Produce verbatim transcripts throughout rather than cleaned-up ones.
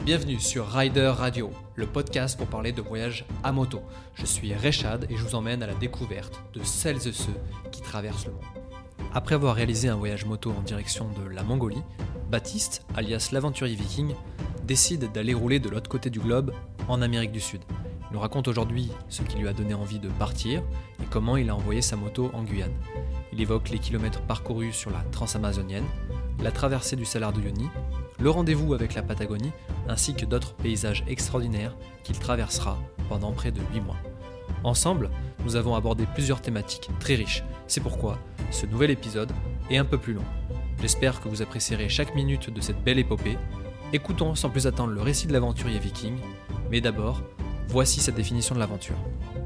Bienvenue sur Rider Radio, le podcast pour parler de voyage à moto. Je suis Rechad et je vous emmène à la découverte de celles et ceux qui traversent le monde. Après avoir réalisé un voyage moto en direction de la Mongolie, Baptiste, alias l'aventurier viking, décide d'aller rouler de l'autre côté du globe, en Amérique du Sud. Il nous raconte aujourd'hui ce qui lui a donné envie de partir et comment il a envoyé sa moto en Guyane. Il évoque les kilomètres parcourus sur la transamazonienne, la traversée du Salar de Uyuni, le rendez-vous avec la Patagonie, ainsi que d'autres paysages extraordinaires qu'il traversera pendant près de huit mois. Ensemble, nous avons abordé plusieurs thématiques très riches. C'est pourquoi ce nouvel épisode est un peu plus long. J'espère que vous apprécierez chaque minute de cette belle épopée. Écoutons sans plus attendre le récit de l'aventurier viking. Mais d'abord, voici sa définition de l'aventure.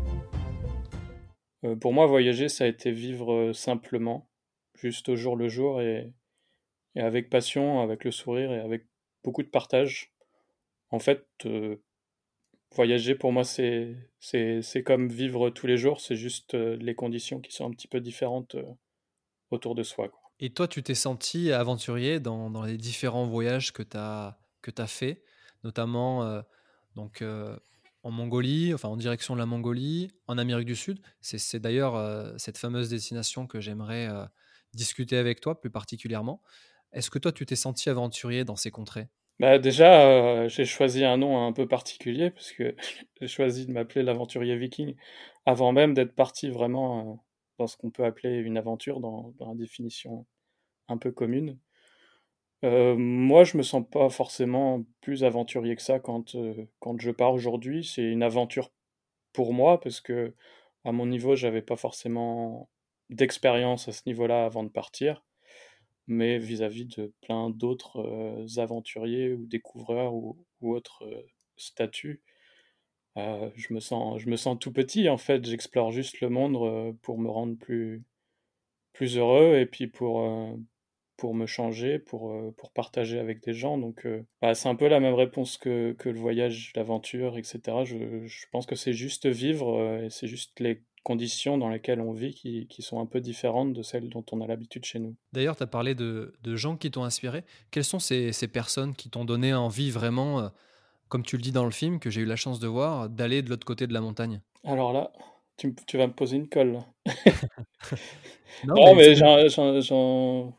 Euh, pour moi, voyager, ça a été vivre euh, simplement, juste au jour le jour et, et avec passion, avec le sourire et avec beaucoup de partage. En fait, euh, voyager pour moi, c'est, c'est, c'est comme vivre tous les jours, c'est juste euh, les conditions qui sont un petit peu différentes euh, autour de soi, quoi. Et toi, tu t'es senti aventurier dans, dans les différents voyages que tu as que tu fait, notamment euh, donc, euh, en Mongolie, enfin en direction de la Mongolie, en Amérique du Sud. C'est, c'est d'ailleurs euh, cette fameuse destination que j'aimerais euh, discuter avec toi plus particulièrement. Est-ce que toi, tu t'es senti aventurier dans ces contrées? Bah, déjà, euh, j'ai choisi un nom un peu particulier parce que j'ai choisi de m'appeler l'aventurier viking avant même d'être parti vraiment euh, dans ce qu'on peut appeler une aventure dans, dans la définition un peu commune. Euh, moi, je me sens pas forcément plus aventurier que ça quand, euh, quand je pars aujourd'hui. C'est une aventure pour moi parce que à mon niveau, j'avais pas forcément d'expérience à ce niveau-là avant de partir, mais vis-à-vis de plein d'autres euh, aventuriers ou découvreurs ou, ou autres euh, statuts, euh, je me sens, je me sens tout petit en fait. J'explore juste le monde euh, pour me rendre plus, plus heureux et puis pour, euh, pour me changer, pour, euh, pour partager avec des gens. Donc, euh, bah, c'est un peu la même réponse que, que le voyage, l'aventure, et cetera. Je, je pense que c'est juste vivre euh, et c'est juste les conditions dans lesquelles on vit qui, qui sont un peu différentes de celles dont on a l'habitude chez nous. D'ailleurs, tu as parlé de, de gens qui t'ont inspiré. Quelles sont ces, ces personnes qui t'ont donné envie vraiment, euh, comme tu le dis dans le film, que j'ai eu la chance de voir, d'aller de l'autre côté de la montagne? Alors là, tu, me- tu vas me poser une colle, là. Non, Non, mais mais c'est- j'en, j'en, j'en-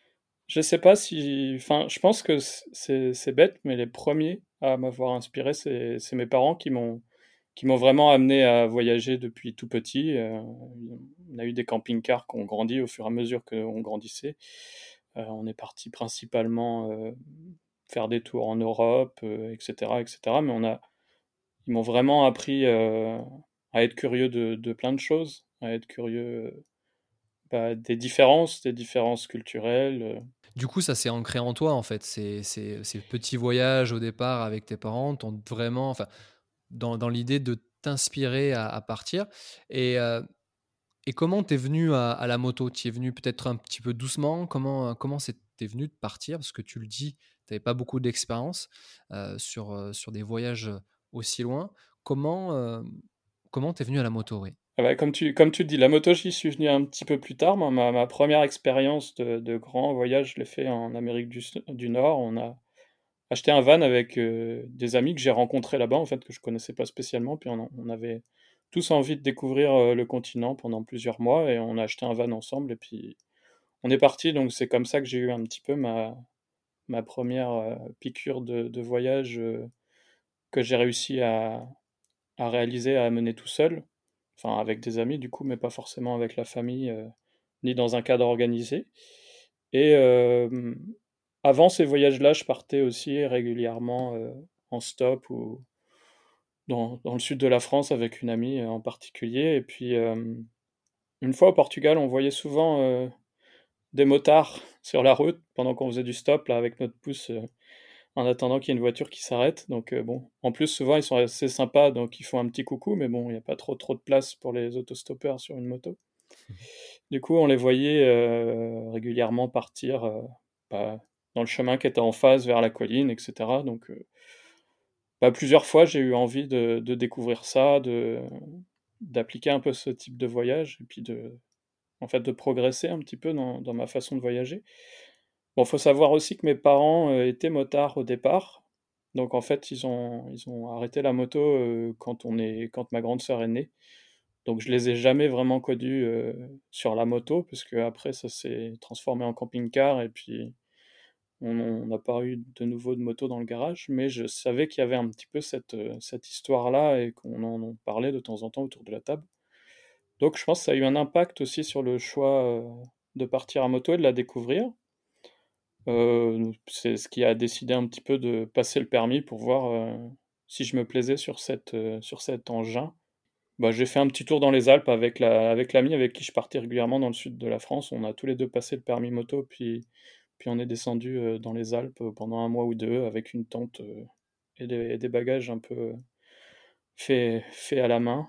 je sais pas si... Enfin, je pense que c'est c'est bête, mais les premiers à m'avoir inspiré, c'est c'est mes parents qui m'ont qui m'ont vraiment amené à voyager depuis tout petit. Euh, on a eu des camping-cars qui ont grandi au fur et à mesure qu'on grandissait. Euh, on est parti principalement euh, faire des tours en Europe, euh, et cetera, et cetera. Mais on a, ils m'ont vraiment appris euh, à être curieux de, de plein de choses, à être curieux bah, des différences, des différences culturelles. euh. du coup, ça s'est ancré en toi, en fait. Ces, ces, ces petits voyages au départ avec tes parents t'ont vraiment, enfin, dans, dans l'idée de t'inspirer à, à partir. Et, euh, et comment t'es venu à, à la moto? Tu es venu peut-être un petit peu doucement? Comment, euh, comment c'est- t'es venu de partir? Parce que tu le dis, tu n'avais pas beaucoup d'expérience euh, sur, euh, sur des voyages aussi loin. Comment, euh, comment t'es venu à la moto, oui? Ah bah, comme tu, comme tu le dis, la moto, j'y suis venu un petit peu plus tard. Moi, ma, ma première expérience de, de grand voyage, je l'ai fait en Amérique du, S- du Nord. On a acheté un van avec euh, des amis que j'ai rencontrés là-bas, en fait, que je connaissais pas spécialement. Puis on, on avait tous envie de découvrir euh, le continent pendant plusieurs mois et on a acheté un van ensemble et puis on est parti. Donc c'est comme ça que j'ai eu un petit peu ma, ma première euh, piqûre de, de voyage euh, que j'ai réussi à, à réaliser, à mener tout seul. Enfin, avec des amis du coup, mais pas forcément avec la famille, euh, ni dans un cadre organisé. Et euh, avant ces voyages-là, je partais aussi régulièrement euh, en stop ou dans, dans le sud de la France avec une amie euh, en particulier. Et puis, euh, une fois au Portugal, on voyait souvent euh, des motards sur la route pendant qu'on faisait du stop là, avec notre pouce euh, en attendant qu'il y ait une voiture qui s'arrête. Donc, euh, bon, en plus, souvent, ils sont assez sympas, donc ils font un petit coucou, mais bon, il n'y a pas trop, trop de place pour les autostoppeurs sur une moto. Du coup, on les voyait euh, régulièrement partir euh, bah, dans le chemin qui était en face vers la colline, et cetera. Donc, euh, bah, plusieurs fois, j'ai eu envie de, de découvrir ça, de, d'appliquer un peu ce type de voyage, et puis de, en fait, de progresser un petit peu dans, dans ma façon de voyager. Bon, faut savoir aussi que mes parents euh, étaient motards au départ, Donc en fait, ils ont, ils ont arrêté la moto euh, quand on est, quand ma grande sœur est née. Donc je les ai jamais vraiment connus euh, sur la moto, parce que après ça s'est transformé en camping-car et puis on on n'a pas eu de nouveau de moto dans le garage. Mais je savais qu'il y avait un petit peu cette, euh, cette histoire-là et qu'on en en parlait de temps en temps autour de la table. Donc je pense que ça a eu un impact aussi sur le choix euh, de partir à moto et de la découvrir. Euh, c'est ce qui a décidé un petit peu de passer le permis pour voir euh, si je me plaisais sur cette, euh, sur cet engin. Bah, j'ai fait un petit tour dans les Alpes avec la, avec l'ami avec qui je partais régulièrement dans le sud de la France. On a tous les deux passé le permis moto, puis, puis on est descendu euh, dans les Alpes euh, pendant un mois ou deux avec une tente euh, et des, et des bagages un peu faits fait à la main.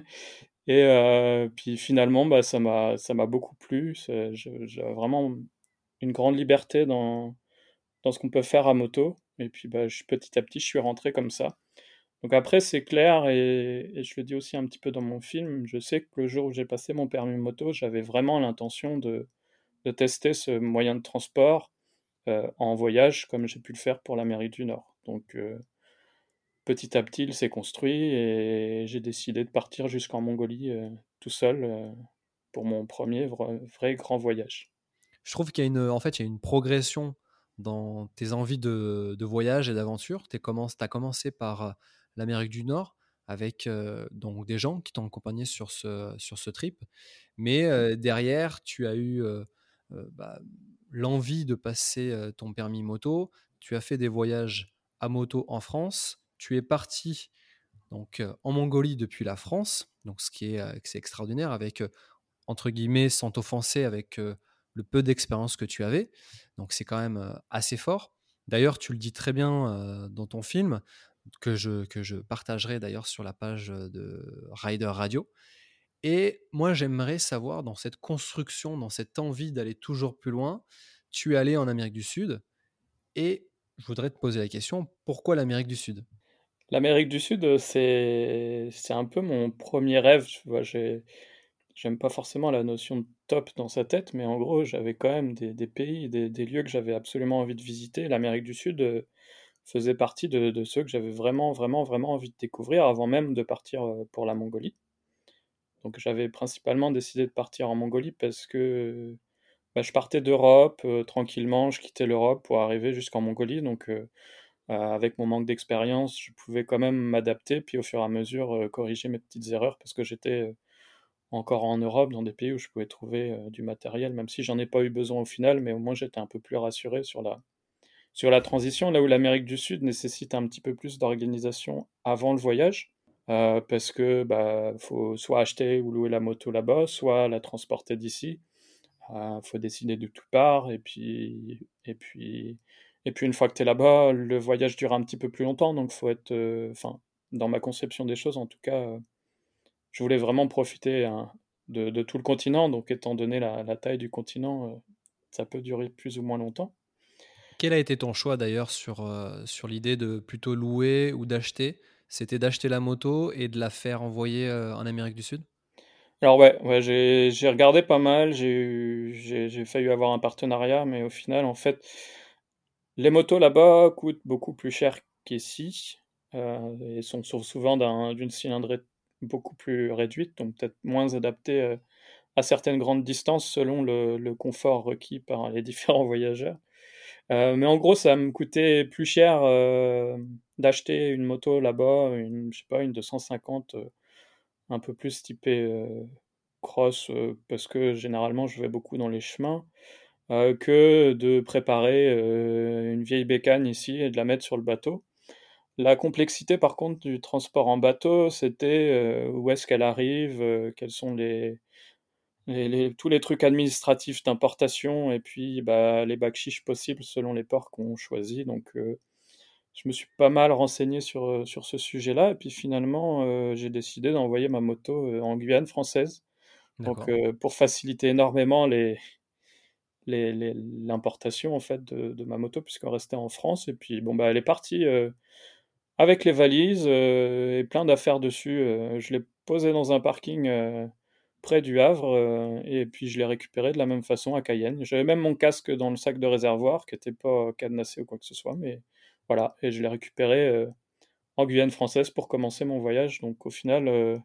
Et euh, puis finalement, bah, ça m'a, ça m'a beaucoup plu. C'est- je- J'ai vraiment une grande liberté dans, dans ce qu'on peut faire à moto. Et puis bah, je, petit à petit, je suis rentré comme ça. Donc après, c'est clair, et, et je le dis aussi un petit peu dans mon film, je sais que le jour où j'ai passé mon permis moto, j'avais vraiment l'intention de, de tester ce moyen de transport euh, en voyage, comme j'ai pu le faire pour l'Amérique du Nord. Donc euh, petit à petit, il s'est construit et j'ai décidé de partir jusqu'en Mongolie euh, tout seul euh, pour mon premier vrai, vrai grand voyage. Je trouve qu'il y a une, en fait, il y a une progression dans tes envies de, de voyage et d'aventure. Tu as commencé par euh, l'Amérique du Nord avec euh, donc des gens qui t'ont accompagné sur ce, sur ce trip. Mais euh, derrière, tu as eu euh, euh, bah, l'envie de passer euh, ton permis moto. Tu as fait des voyages à moto en France. Tu es parti donc, euh, en Mongolie depuis la France, donc ce qui est, euh, c'est extraordinaire avec euh, entre guillemets, sans t'offenser avec euh, le peu d'expérience que tu avais. Donc c'est quand même euh, assez fort. D'ailleurs, tu le dis très bien euh, dans ton film, que je, que je partagerai d'ailleurs sur la page de Rider Radio. Et moi, j'aimerais savoir, dans cette construction, dans cette envie d'aller toujours plus loin, tu es allé en Amérique du Sud et je voudrais te poser la question, pourquoi l'Amérique du Sud? L'Amérique du Sud, euh, c'est c'est un peu mon premier rêve. Tu vois, j'ai j'aime pas forcément la notion de top dans sa tête, mais en gros, j'avais quand même des, des pays, des, des lieux que j'avais absolument envie de visiter. L'Amérique du Sud euh, faisait partie de, de ceux que j'avais vraiment, vraiment, vraiment envie de découvrir avant même de partir euh, pour la Mongolie. Donc j'avais principalement décidé de partir en Mongolie parce que euh, bah, je partais d'Europe euh, tranquillement, je quittais l'Europe pour arriver jusqu'en Mongolie. Donc euh, euh, avec mon manque d'expérience, je pouvais quand même m'adapter, puis au fur et à mesure euh, corriger mes petites erreurs parce que j'étais euh, encore en Europe, dans des pays où je pouvais trouver euh, du matériel, même si j'en ai pas eu besoin au final, mais au moins j'étais un peu plus rassuré sur la, sur la transition, là où l'Amérique du Sud nécessite un petit peu plus d'organisation avant le voyage, euh, parce que bah, faut soit acheter ou louer la moto là-bas, soit la transporter d'ici. Il faut décider de tout part, et puis, et puis, et puis une fois que tu es là-bas, le voyage dure un petit peu plus longtemps, donc faut être, euh, enfin, dans ma conception des choses en tout cas, euh, je voulais vraiment profiter hein, de, de tout le continent, donc étant donné la, la taille du continent, euh, ça peut durer plus ou moins longtemps. Quel a été ton choix d'ailleurs sur, euh, sur l'idée de plutôt louer ou d'acheter? C'était d'acheter la moto et de la faire envoyer euh, en Amérique du Sud? Alors ouais, ouais, j'ai j'ai regardé pas mal, j'ai eu, j'ai j'ai failli avoir un partenariat, mais au final, en fait, les motos là-bas coûtent beaucoup plus cher qu'ici, euh, et sont sou- souvent d'un- d'une cylindrée beaucoup plus réduite, donc peut-être moins adaptée euh, à certaines grandes distances selon le, le confort requis par les différents voyageurs. Euh, mais en gros, ça me coûtait plus cher euh, d'acheter une moto là-bas, une, je sais pas, une deux cent cinquante, euh, un peu plus typée euh, cross, euh, parce que généralement je vais beaucoup dans les chemins, euh, que de préparer euh, une vieille bécane ici et de la mettre sur le bateau. La complexité par contre du transport en bateau, c'était euh, où est-ce qu'elle arrive, euh, quels sont les, les- les- tous les trucs administratifs d'importation, et puis bah, les bakchiches possibles selon les ports qu'on choisit. Donc euh, je me suis pas mal renseigné sur, euh, sur ce sujet-là, et puis finalement euh, j'ai décidé d'envoyer ma moto euh, en Guyane française. Donc, D'accord. euh, pour faciliter énormément les, les- les- l'importation en fait de, de ma moto, puisqu'on restait en France. Et puis, bon, bah, elle est partie euh, avec les valises euh, et plein d'affaires dessus. Euh, je l'ai posée dans un parking euh, près du Havre, euh, et puis je l'ai récupérée de la même façon à Cayenne. J'avais même mon casque dans le sac de réservoir qui n'était pas cadenassé ou quoi que ce soit, mais Voilà, et je l'ai récupéré euh, en Guyane française pour commencer mon voyage. Donc au final, euh,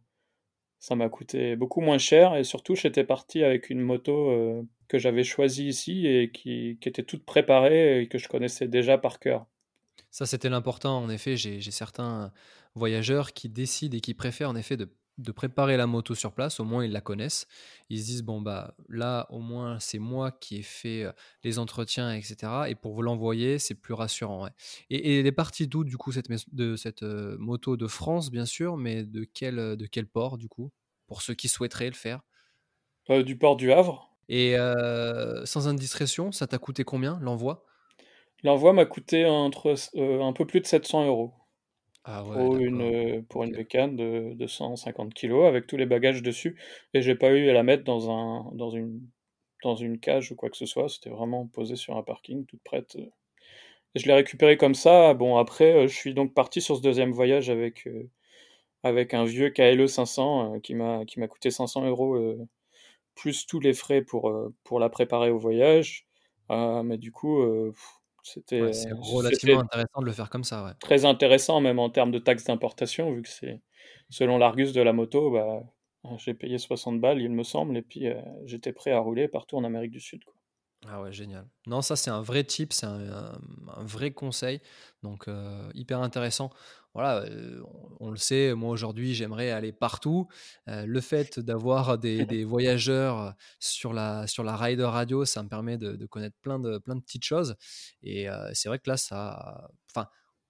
ça m'a coûté beaucoup moins cher et surtout, j'étais parti avec une moto euh, que j'avais choisie ici et qui, qui était toute préparée et que je connaissais déjà par cœur. Ça, c'était l'important. En effet, j'ai j'ai certains voyageurs qui décident et qui préfèrent en effet de, de préparer la moto sur place. Au moins, ils la connaissent. Ils se disent, bon, bah là, au moins, c'est moi qui ai fait euh, les entretiens, et cetera. Et pour vous l'envoyer, c'est plus rassurant. Ouais. Et, et elle est partie d'où, du coup, cette, mais- de, cette euh, moto de France, bien sûr, mais de quel, euh, de quel port, du coup, pour ceux qui souhaiteraient le faire? Euh, du port du Havre. Et euh, sans indiscrétion, ça t'a coûté combien, l'envoi? L'envoi m'a coûté entre euh, un peu plus de sept cents euros Ah ouais, pour une, d'accord. euh, pour une Ok. bécane de, de cent cinquante kilos avec tous les bagages dessus. Et j'ai pas eu à la mettre dans un, dans une, dans une cage ou quoi que ce soit. C'était vraiment posé sur un parking, toute prête. Et je l'ai récupéré comme ça. Bon, après, euh, je suis donc parti sur ce deuxième voyage avec, euh, avec un vieux K L E cinq cents euh, qui m'a, qui m'a coûté cinq cents euros euh, plus tous les frais pour, euh, pour la préparer au voyage. Euh, mais du coup, euh, pff, c'était, Ouais, c'est relativement c'était intéressant de le faire comme ça, ouais. très intéressant, même en termes de taxes d'importation, vu que c'est selon l'Argus de la moto, bah, j'ai payé soixante balles, il me semble, et puis euh, j'étais prêt à rouler partout en Amérique du Sud, quoi. Ah ouais, génial. Non, ça c'est un vrai tip, c'est un, un- un vrai conseil, donc euh, hyper intéressant. Voilà, euh, on, on le sait, moi aujourd'hui j'aimerais aller partout. Euh, le fait d'avoir des, des voyageurs sur la, sur la Rider Radio, ça me permet de, de connaître plein de, plein de petites choses. Et euh, c'est vrai que là, ça, enfin,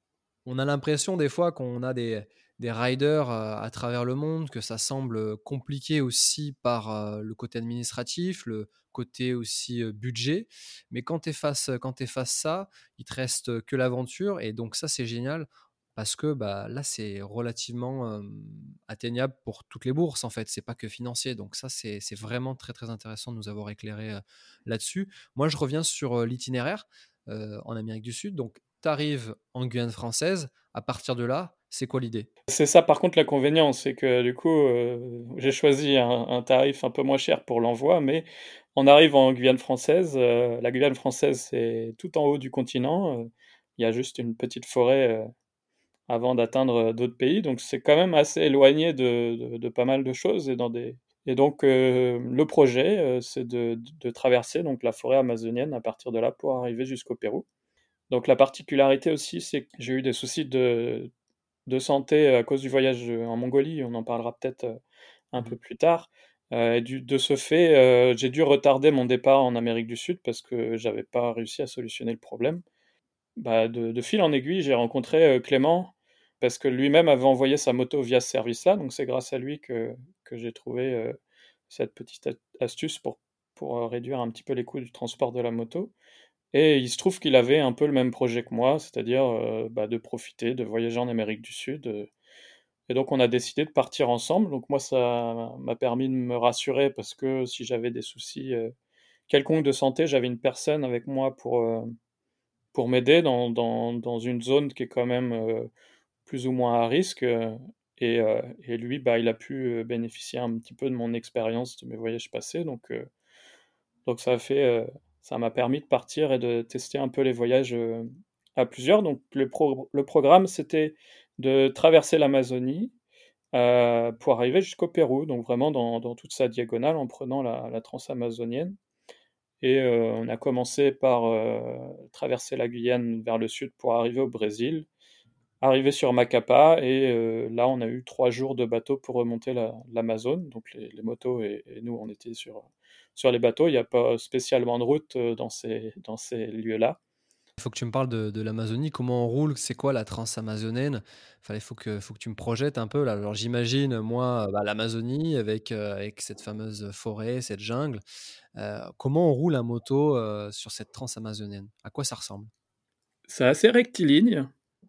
on a l'impression des fois qu'on a des, des riders euh, à travers le monde, que ça semble compliqué aussi par euh, le côté administratif, le côté aussi euh, budget. Mais quand tu effaces, quand tu effaces ça, il te reste que l'aventure. Et donc ça, c'est génial parce que bah, là, c'est relativement euh, atteignable pour toutes les bourses, en fait. C'est pas que financier. Donc ça, c'est c'est vraiment très, très intéressant de nous avoir éclairé euh, là-dessus. Moi, je reviens sur euh, l'itinéraire euh, en Amérique du Sud. Donc, tu arrives en Guyane française. À partir de là, c'est quoi l'idée? C'est ça, par contre, l'inconvénient, c'est que du coup, euh, j'ai choisi un, un tarif un peu moins cher pour l'envoi, mais on arrive en Guyane française. Euh, la Guyane française, c'est tout en haut du continent. Euh, Il y a juste une petite forêt euh, avant d'atteindre euh, d'autres pays. Donc c'est quand même assez éloigné de, de- de pas mal de choses. Et, dans des... et donc euh, le projet, euh, c'est de, de traverser donc, la forêt amazonienne à partir de là pour arriver jusqu'au Pérou. Donc la particularité aussi, c'est que j'ai eu des soucis de, de santé à cause du voyage en Mongolie. On en parlera peut-être euh, un peu Mhm. plus tard. Euh, et du- de ce fait, euh, j'ai dû retarder mon départ en Amérique du Sud parce que j'avais pas réussi à solutionner le problème. Bah, de, de fil en aiguille, j'ai rencontré euh, Clément parce que lui-même avait envoyé sa moto via ce service-là. Donc c'est grâce à lui que, que j'ai trouvé euh, cette petite a- astuce pour, pour euh, réduire un petit peu les coûts du transport de la moto. Et il se trouve qu'il avait un peu le même projet que moi, c'est-à-dire euh, bah, de profiter, de voyager en Amérique du Sud. euh. Et donc on a décidé de partir ensemble. Donc moi, ça m'a permis de me rassurer parce que si j'avais des soucis euh, quelconques de santé, j'avais une personne avec moi pour, euh, pour m'aider dans, dans, dans une zone qui est quand même euh, plus ou moins à risque. euh, et, euh, et lui, bah, il a pu euh, bénéficier un petit peu de mon expérience de mes voyages passés. Donc, euh, donc ça a fait, euh, ça m'a permis de partir et de tester un peu les voyages euh, à plusieurs. Donc le, pro- le programme, c'était de traverser l'Amazonie euh, pour arriver jusqu'au Pérou, donc vraiment dans, dans toute sa diagonale en prenant la, la transamazonienne. Et euh, on a commencé par euh, traverser la Guyane vers le sud pour arriver au Brésil, arriver sur Macapa, et euh, là on a eu trois jours de bateau pour remonter la- l'Amazone. Donc les, les motos et, et nous on était sur, sur les bateaux. Il n'y a pas spécialement de route euh, dans ces, dans ces lieux-là. Il faut que tu me parles de, de l'Amazonie, comment on roule, c'est quoi la transamazonienne? Enfin, il faut que, faut que tu me projettes un peu là. Alors j'imagine, moi, bah, l'Amazonie avec, euh, avec cette fameuse forêt, cette jungle. Euh, comment on roule un moto euh, sur cette transamazonienne? À quoi ça ressemble? C'est assez rectiligne.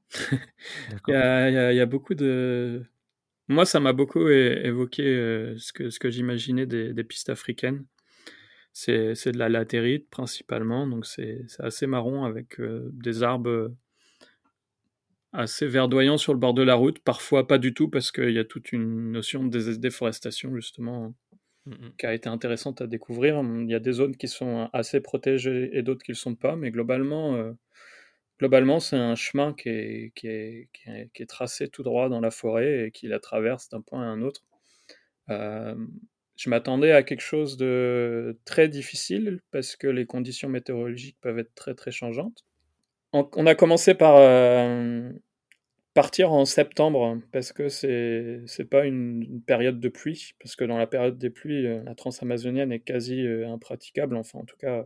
Il y D'accord. a, il y a- il y a beaucoup de... Moi, ça m'a beaucoup é- évoqué euh, ce que, ce que j'imaginais des, des pistes africaines. C'est, c'est de la latérite principalement, donc c'est, c'est assez marron avec euh, des arbres assez verdoyants sur le bord de la route. Parfois pas du tout parce qu'il y a toute une notion de dés- déforestation justement Mhm. qui a été intéressante à découvrir. Il y a des zones qui sont assez protégées et d'autres qui ne le sont pas, mais globalement, euh, globalement, c'est un chemin qui est, qui est, qui est, qui est tracé tout droit dans la forêt et qui la traverse d'un point à un autre. Euh, je m'attendais à quelque chose de très difficile parce que les conditions météorologiques peuvent être très très changeantes. On, on a commencé par euh, partir en septembre parce que c'est c'est pas une, une période de pluie, parce que dans la période des pluies, euh, la transamazonienne est quasi euh, impraticable. Enfin, en tout cas,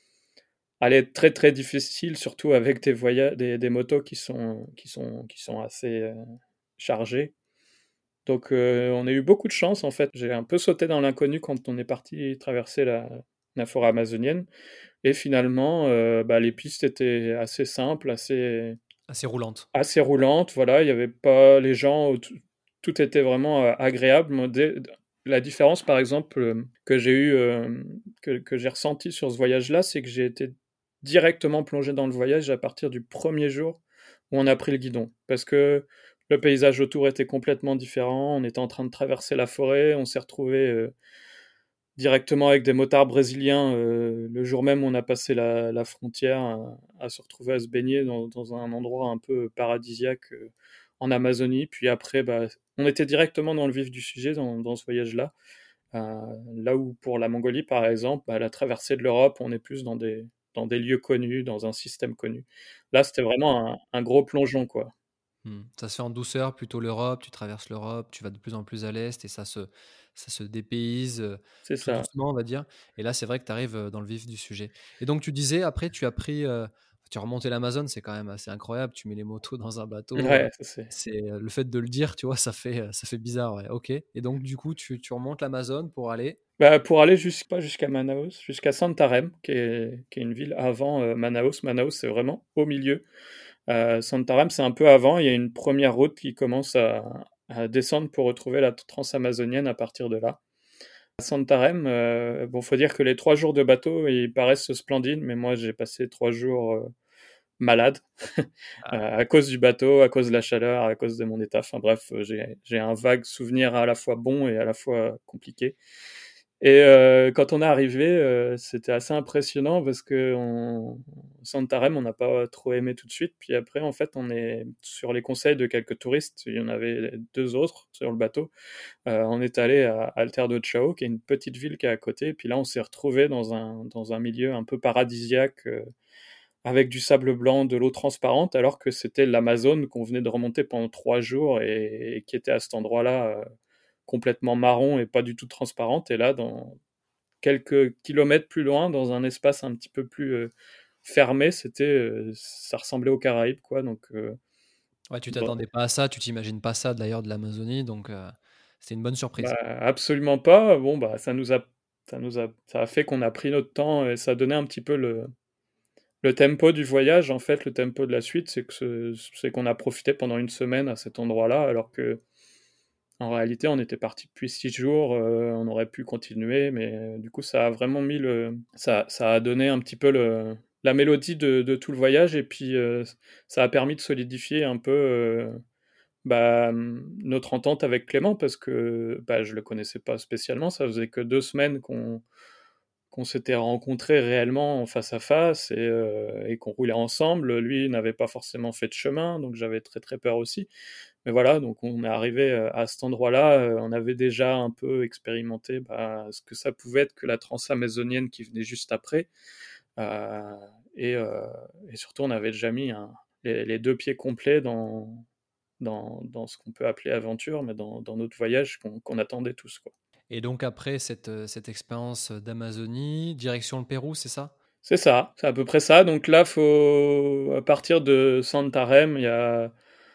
elle est très très difficile, surtout avec des voyages, des, des motos qui sont qui sont qui sont assez euh, chargées. Donc, euh, on a eu beaucoup de chance en fait. J'ai un peu sauté dans l'inconnu quand on est parti traverser la, la forêt amazonienne. Et finalement, euh, bah, les pistes étaient assez simples, assez Assez roulante. assez roulantes. Voilà, il y avait pas les gens, tout, tout était vraiment euh, agréable. Moi, dès- la différence, par exemple, euh, que j'ai eu, euh, que, que j'ai ressenti sur ce voyage-là, c'est que j'ai été directement plongé dans le voyage à partir du premier jour où on a pris le guidon, parce que le paysage autour était complètement différent. On était en train de traverser la forêt, on s'est retrouvé euh, directement avec des motards brésiliens euh, le jour même où on a passé la, la frontière, à, à se retrouver à se baigner dans, dans un endroit un peu paradisiaque euh, en Amazonie. Puis après, bah, on était directement dans le vif du sujet dans, dans ce voyage-là. Euh, là où pour la Mongolie, par exemple, bah, la traversée de l'Europe, on est plus dans des, dans des lieux connus, dans un système connu. Là, c'était vraiment un, un gros plongeon, quoi. Mmh. Ça se fait en douceur, plutôt l'Europe, tu traverses l'Europe, tu vas de plus en plus à l'est et ça se ça se dépayse, heu, C'est tout ça. doucement, on va dire et là, c'est vrai que tu arrives, dans le vif du sujet et donc tu disais après tu as pris, heu, tu as remonté l'Amazone, c'est quand même assez incroyable, tu mets les motos dans un bateau, heu, Ouais, ça c'est. c'est, heu, le fait de le dire, tu vois, ça fait, heu, ça fait bizarre, ouais, OK et donc du coup, tu tu remontes l'Amazone pour aller Bah, pour aller jusqu pas jusqu'à Manaus, jusqu'à Santarém, qui est, qui est une ville avant euh, Manaus. Manaus, c'est vraiment au milieu. Euh, Santarém, c'est un peu avant. Il y a une première route qui commence à, à descendre pour retrouver la transamazonienne à partir de là. À Santarém, euh, bon, faut dire que les trois jours de bateau, ils paraissent splendides, mais moi, j'ai passé trois jours euh, malade ah, euh, à cause du bateau, à cause de la chaleur, à cause de mon état. Enfin bref, euh, j'ai j'ai un vague souvenir à la fois bon et à la fois compliqué. Et euh, quand on est arrivé, euh, c'était assez impressionnant parce que on... Santarém, on n'a pas trop aimé tout de suite. Puis après, en fait, on est sur les conseils de quelques touristes. Il y en avait deux autres sur le bateau. Euh, on est allé à Alter do Chao, qui est une petite ville qui est à côté. Puis là, on s'est retrouvé dans un dans un milieu un peu paradisiaque, euh, avec du sable blanc, de l'eau transparente, alors que c'était l'Amazone qu'on venait de remonter pendant trois jours et, et qui était à cet endroit-là. Euh, complètement marron et pas du tout transparente. Et là, dans, quelques kilomètres plus loin, dans un espace un petit peu plus euh, fermé, c'était, euh, ça ressemblait aux Caraïbes, quoi. Donc, euh, ouais, tu bon, t'attendais pas à ça, tu t'imagines pas ça d'ailleurs de l'Amazonie donc heu, c'était une bonne bah, surprise. absolument pas. Bon, bah, ça nous a, ça nous a, ça a fait qu'on a pris notre temps et ça a donné un petit peu le, le tempo du voyage. En fait, le tempo de la suite, c'est que ce- c'est qu'on a profité pendant une semaine à cet endroit-là, alors que en réalité, on était parti depuis six jours, euh, on aurait pu continuer, mais euh, du coup, ça a vraiment mis le, ça, ça a donné un petit peu le, la mélodie de, de tout le voyage, et puis euh, ça a permis de solidifier un peu euh, bah, notre entente avec Clément, parce que bah, je le connaissais pas spécialement, ça faisait que deux semaines qu'on qu'on s'était rencontrés réellement en face à face et, euh, et qu'on roulait ensemble. Lui n'avait pas forcément fait de chemin, donc j'avais très très peur aussi. Mais voilà, donc on est arrivé euh, à cet endroit-là, euh, on avait déjà un peu expérimenté bah, ce que ça pouvait être que la transamazonienne qui venait juste après. Euh, et, euh, et surtout, on avait déjà mis un- les, les deux pieds complets dans, dans, dans ce qu'on peut appeler aventure, mais dans, dans notre voyage qu'on qu'on attendait tous, quoi. Et donc après cette, heu, cette expérience, d'Amazonie, direction le Pérou, c'est ça? C'est ça, c'est à peu près ça. Donc là, faut, à partir de Santarém, il y a,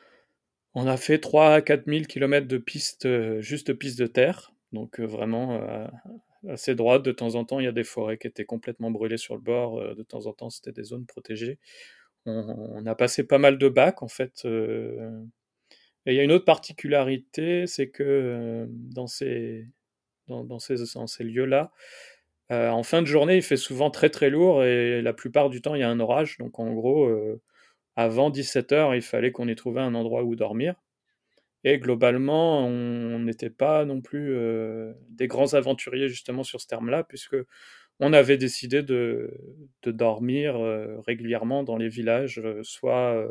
on a fait trois à quatre mille kilomètres de pistes, euh, juste de pistes de terre. Donc euh, vraiment euh, assez droite. De temps en temps, il y a des forêts qui étaient complètement brûlées sur le bord. Euh, de temps en temps, c'était des zones protégées. On, on a passé pas mal de bacs, en fait. euh. Et il y a une autre particularité, c'est que euh, dans ces, dans, dans ces, dans ces lieux-là, euh, en fin de journée, il fait souvent très très lourd et la plupart du temps, il y a un orage. Donc en gros, euh, avant dix-sept heures, il fallait qu'on ait trouvé un endroit où dormir. Et globalement, on n'était pas non plus euh, des grands aventuriers justement sur ce terme-là, puisque on avait décidé de, de dormir euh, régulièrement dans les villages, euh, soit euh,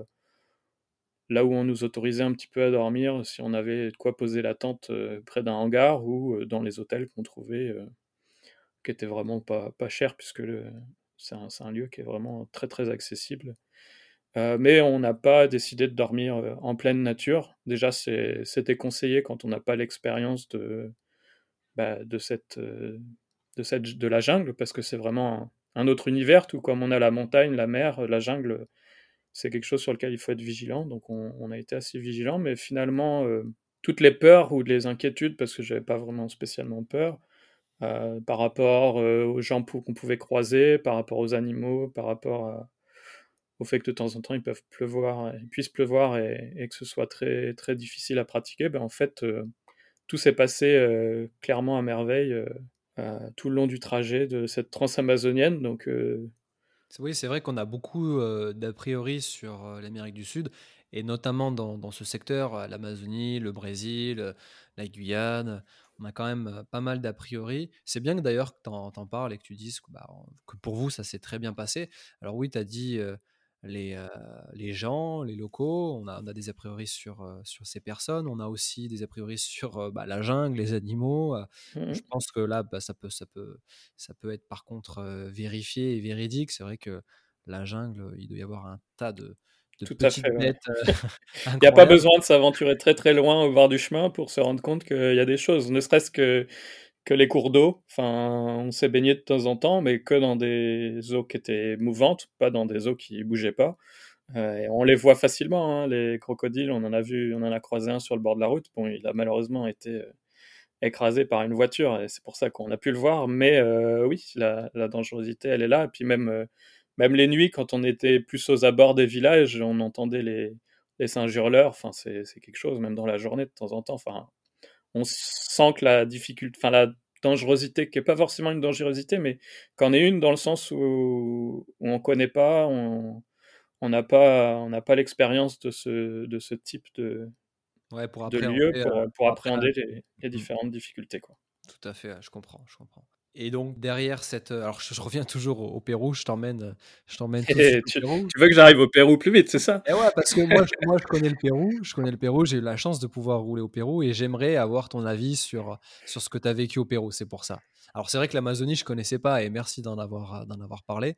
là où on nous autorisait un petit peu à dormir, si on avait de quoi poser la tente euh, près d'un hangar, ou euh, dans les hôtels qu'on trouvait, euh, qui étaient vraiment pas, pas chers, puisque le, c'est un, c'est un lieu qui est vraiment très très accessible. Euh, mais on n'a pas décidé de dormir euh, en pleine nature. Déjà, c'est, c'était conseillé quand on n'a pas l'expérience de, bah, de, cette, euh, de, cette, de la jungle, parce que c'est vraiment un, un autre univers, tout comme on a la montagne, la mer, la jungle, c'est quelque chose sur lequel il faut être vigilant. Donc on, on a été assez vigilant, mais finalement, euh, toutes les peurs ou les inquiétudes, parce que j'avais pas vraiment spécialement peur, euh, par rapport euh, aux gens pou- qu'on pouvait croiser, par rapport aux animaux, par rapport à, au fait que de temps en temps, ils peuvent pleuvoir, il puisse pleuvoir et, et que ce soit très, très difficile à pratiquer, ben en fait, euh, tout s'est passé euh, clairement à merveille euh, euh, tout le long du trajet de cette transamazonienne. Donc, euh, C'est- Oui, c'est vrai qu'on a beaucoup euh, d'a priori sur euh, l'Amérique du Sud, et notamment dans, dans ce secteur, euh, l'Amazonie, le Brésil, euh, la Guyane. On a quand même euh, pas mal d'a priori. C'est bien que d'ailleurs que tu en parles et que tu dises que, bah, en- que pour vous, ça s'est très bien passé. Alors oui, tu as dit euh, les, euh, les gens, les locaux, on a, on a des a priori sur, euh, sur ces personnes, on a aussi des a priori sur euh, bah, la jungle, les animaux. euh, je mhm. pense que là, bah, ça peut, ça peut, ça peut être par contre euh, vérifié et véridique. C'est vrai que la jungle, il doit y avoir un tas de, de Tout à petites fait, ouais. bêtes euh, Il n'y a pas incroyables. besoin de s'aventurer très très loin au bord du chemin pour se rendre compte qu'il y a des choses, ne serait-ce que, que les cours d'eau. Enfin, on s'est baigné de temps en temps, mais que dans des eaux qui étaient mouvantes, pas dans des eaux qui bougeaient pas. Euh, et on les voit facilement, hein, les crocodiles. On en a vu, on en a croisé un sur le bord de la route. Bon, il a malheureusement été euh, écrasé par une voiture, et c'est pour ça qu'on a pu le voir. Mais euh, oui, la, la dangerosité, elle est là. Et puis même, euh, même les nuits, quand on était plus aux abords des villages, on entendait les, les singes hurleurs. Enfin, c'est, c'est quelque chose, même dans la journée de temps en temps. Enfin, on sent que la difficulté, enfin la dangerosité, qui est pas forcément une dangerosité, mais qu'en est une dans le sens où, où on connaît pas, on on n'a pas, on n'a pas l'expérience de ce, de ce type de, Ouais, pour de lieu appréhender, euh, pour, pour pour appréhender. appréhender les, les Mm, différentes difficultés, quoi. tout à fait, ouais, je comprends, je comprends. Et donc derrière cette, euh, alors je, je reviens toujours au, au Pérou, je t'emmène, euh, je t'emmène tout de suite Et au tu, Pérou. tu veux que j'arrive au Pérou plus vite, c'est ça? Et ouais, parce que moi, je, moi, je connais le Pérou, je connais le Pérou, j'ai eu la chance de pouvoir rouler au Pérou et j'aimerais avoir ton avis sur, sur ce que tu as vécu au Pérou, c'est pour ça. Alors c'est vrai que l'Amazonie, je connaissais pas et merci d'en avoir, d'en avoir parlé.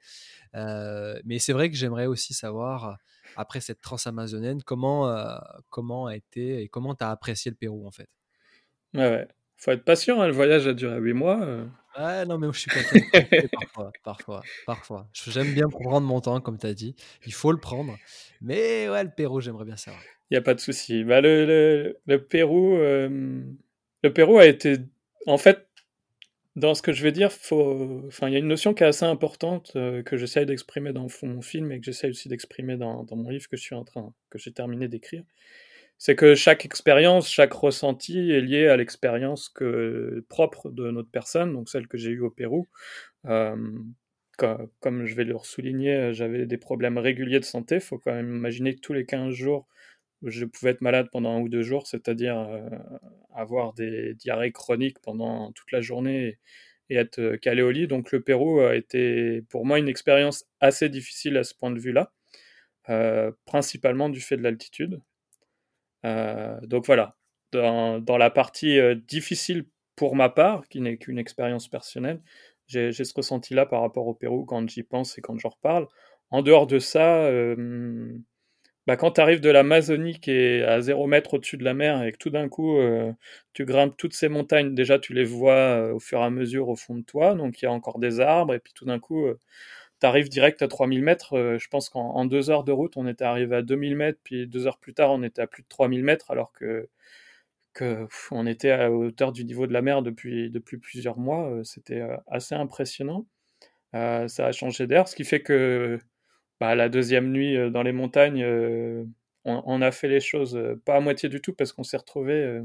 Euh, mais c'est vrai que j'aimerais aussi savoir, après cette transamazonienne, comment, euh, comment a été et comment tu as apprécié le Pérou en fait. Ouais, ouais. Faut être patient, hein, le voyage a duré huit mois. euh. Ouais, non, mais je suis quelqu'un de pressé parfois, parfois, parfois. J'aime bien prendre mon temps, comme tu as dit. Il faut le prendre. Mais ouais, le Pérou, j'aimerais bien savoir. Il n'y a pas de souci. Bah, le, le, le Pérou, euh, le Pérou a été, en fait, dans ce que je vais dire, faut, enfin, il y a une notion qui est assez importante euh, que j'essaye d'exprimer dans mon film et que j'essaye aussi d'exprimer dans, dans mon livre que je suis en train, que j'ai terminé d'écrire. C'est que chaque expérience, chaque ressenti est lié à l'expérience que, propre de notre personne, donc celle que j'ai eue au Pérou. Euh, comme, comme je vais le souligner, j'avais des problèmes réguliers de santé. Il faut quand même imaginer que tous les quinze jours, je pouvais être malade pendant un ou deux jours, c'est-à-dire euh, avoir des diarrhées chroniques pendant toute la journée et être euh, calé au lit. Donc le Pérou a été pour moi une expérience assez difficile à ce point de vue-là, euh, principalement du fait de l'altitude. Euh, donc voilà, dans, dans la partie euh, difficile pour ma part, qui n'est qu'une expérience personnelle, j'ai j'ai ce ressenti-là par rapport au Pérou quand j'y pense et quand j'en reparle. En dehors de ça, euh, bah, quand tu arrives de l'Amazonie qui est à zéro mètre au-dessus de la mer et que tout d'un coup euh, tu grimpes toutes ces montagnes, déjà tu les vois euh, au fur et à mesure au fond de toi, donc il y a encore des arbres, et puis tout d'un coup euh, tu arrives direct à trois mille mètres. Euh, je pense qu'en en deux heures de route, on était arrivé à deux mille mètres, puis deux heures plus tard, on était à plus de trois mille mètres, alors que, que pff, on était à hauteur du niveau de la mer depuis, depuis plusieurs mois. Euh, C'était euh, assez impressionnant. Euh, ça a changé d'air, ce qui fait que bah, la deuxième nuit euh, dans les montagnes, euh, on, on a fait les choses euh, pas à moitié du tout parce qu'on s'est retrouvé. euh,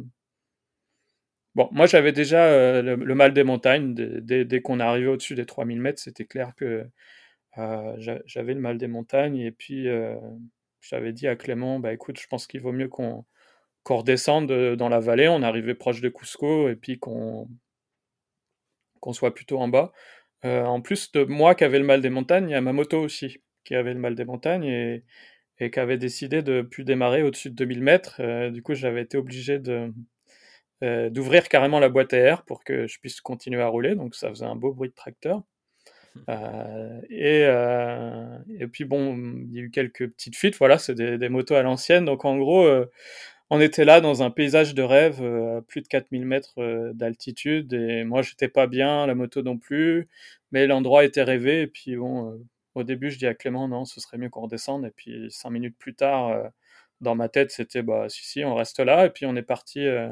Bon, moi j'avais déjà euh, le, le mal des montagnes. Dès, dès- dès qu'on est arrivé au-dessus des trois mille mètres, c'était clair que euh, j'a- j'avais le mal des montagnes. Et puis euh, j'avais dit à Clément, bah écoute, je pense qu'il vaut mieux qu'on qu'on redescende euh, dans la vallée. On arrivait proche de Cusco et puis qu'on qu'on soit plutôt en bas. Heu, en plus de moi qui avait le mal des montagnes, il y a ma moto aussi qui avait le mal des montagnes et et qui avait décidé de plus démarrer au-dessus de deux mille mètres. Heu, du coup, j'avais été obligé de, heu, d'ouvrir carrément la boîte à air pour que je puisse continuer à rouler, donc ça faisait un beau bruit de tracteur. Heu et heu et puis bon, mmh, il y a eu quelques petites fuites, voilà, c'est des des motos à l'ancienne, donc en gros, heu, on était là dans un paysage de rêve, heu, à plus de quatre mille mètres heu, d'altitude et moi j'étais pas bien, la moto non plus, mais l'endroit était rêvé et puis bon, heu, au début je dis à Clément: «Non, ce serait mieux qu'on redescende» et puis cinq minutes plus tard, heu, dans ma tête c'était: «Bah si, si, on reste là» et puis on est parti, heu,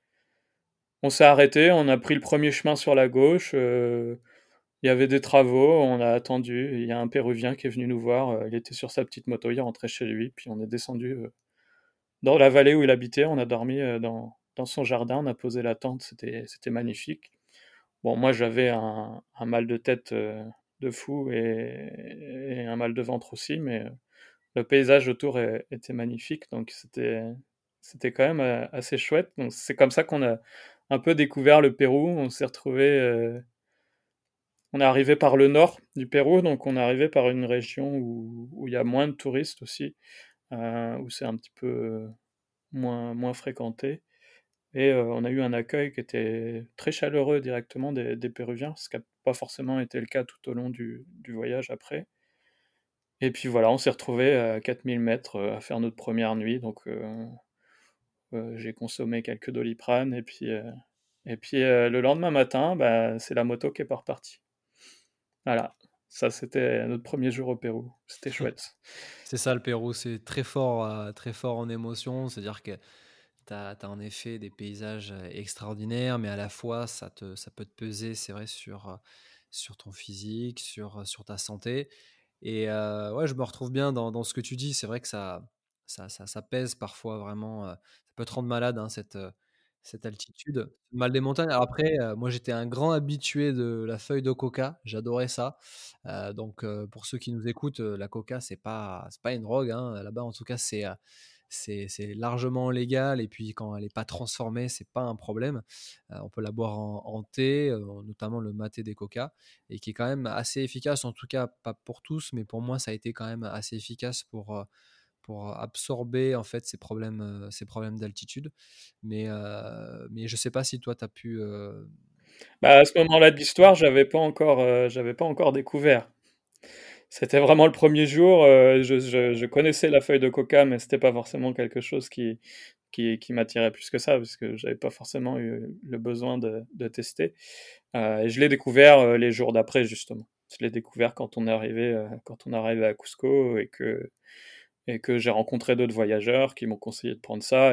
on s'est arrêté, on a pris le premier chemin sur la gauche, heu, il y avait des travaux, on a attendu, il y a un Péruvien qui est venu nous voir, heu, il était sur sa petite moto, il rentrait chez lui, puis on est descendu, heu, dans la vallée où il habitait, on a dormi, heu, dans dans son jardin, on a posé la tente, c'était c'était magnifique. Bon, moi j'avais un un mal de tête, heu, de fou et et un mal de ventre aussi, mais heu, le paysage autour é était magnifique, donc c'était c'était quand même, heu, assez chouette. Donc c'est comme ça qu'on a un peu découvert le Pérou. On s'est retrouvés, heu, on est arrivé par le nord du Pérou, donc on est arrivé par une région où où il y a moins de touristes aussi, heu, où c'est un petit peu, heu, moins moins fréquenté et heu, on a eu un accueil qui était très chaleureux directement des des Péruviens, ce qui a pas forcément été le cas tout au long du du voyage après et puis voilà, on s'est retrouvés à quatre mille mètres, heu, à faire notre première nuit donc heu heu, j'ai consommé quelques Doliprane et puis, heu et puis, heu, le lendemain matin, bah, c'est la moto qui est pas repartie. Voilà, ça c'était notre premier jour au Pérou, c'était chouette. C'est ça le Pérou, c'est très fort, heu, très fort en émotion. C'est-à-dire que tu as en effet des paysages, heu, extraordinaires, mais à la fois ça te ça peut te peser, c'est vrai, sur, heu, sur ton physique, sur, heu, sur ta santé et heu, ouais, je me retrouve bien dans dans ce que tu dis. C'est vrai que ça ça ça ça pèse parfois vraiment, heu, ça peut te rendre malade, hein, cette, heu, cette altitude. Mal des montagnes. Alors après, heu, moi j'étais un grand habitué de la feuille de coca, j'adorais ça. Heu, donc heu, pour ceux qui nous écoutent, heu, la coca c'est pas c'est pas une drogue, hein, là-bas en tout cas c'est, heu, c'est c'est largement légal et puis quand elle est pas transformée, c'est pas un problème. Heu, on peut la boire en en thé, heu, notamment le maté des coca et qui est quand même assez efficace, en tout cas pas pour tous, mais pour moi ça a été quand même assez efficace pour, heu, pour absorber en fait ces problèmes, heu, ces problèmes d'altitude. Mais heu, mais je sais pas si toi tu as pu, heu, Bah, à ce moment-là de l'histoire, j'avais pas encore, heu, j'avais pas encore découvert. C'était vraiment le premier jour, heu, je je je connaissais la feuille de coca, mais c'était pas forcément quelque chose qui qui qui m'attirait plus que ça, parce que j'avais pas forcément eu le besoin de de tester. Heu et je l'ai découvert, heu, les jours d'après justement. Je l'ai découvert quand on est arrivé, heu, quand on est arrivé à Cusco et que et que j'ai rencontré d'autres voyageurs qui m'ont conseillé de prendre ça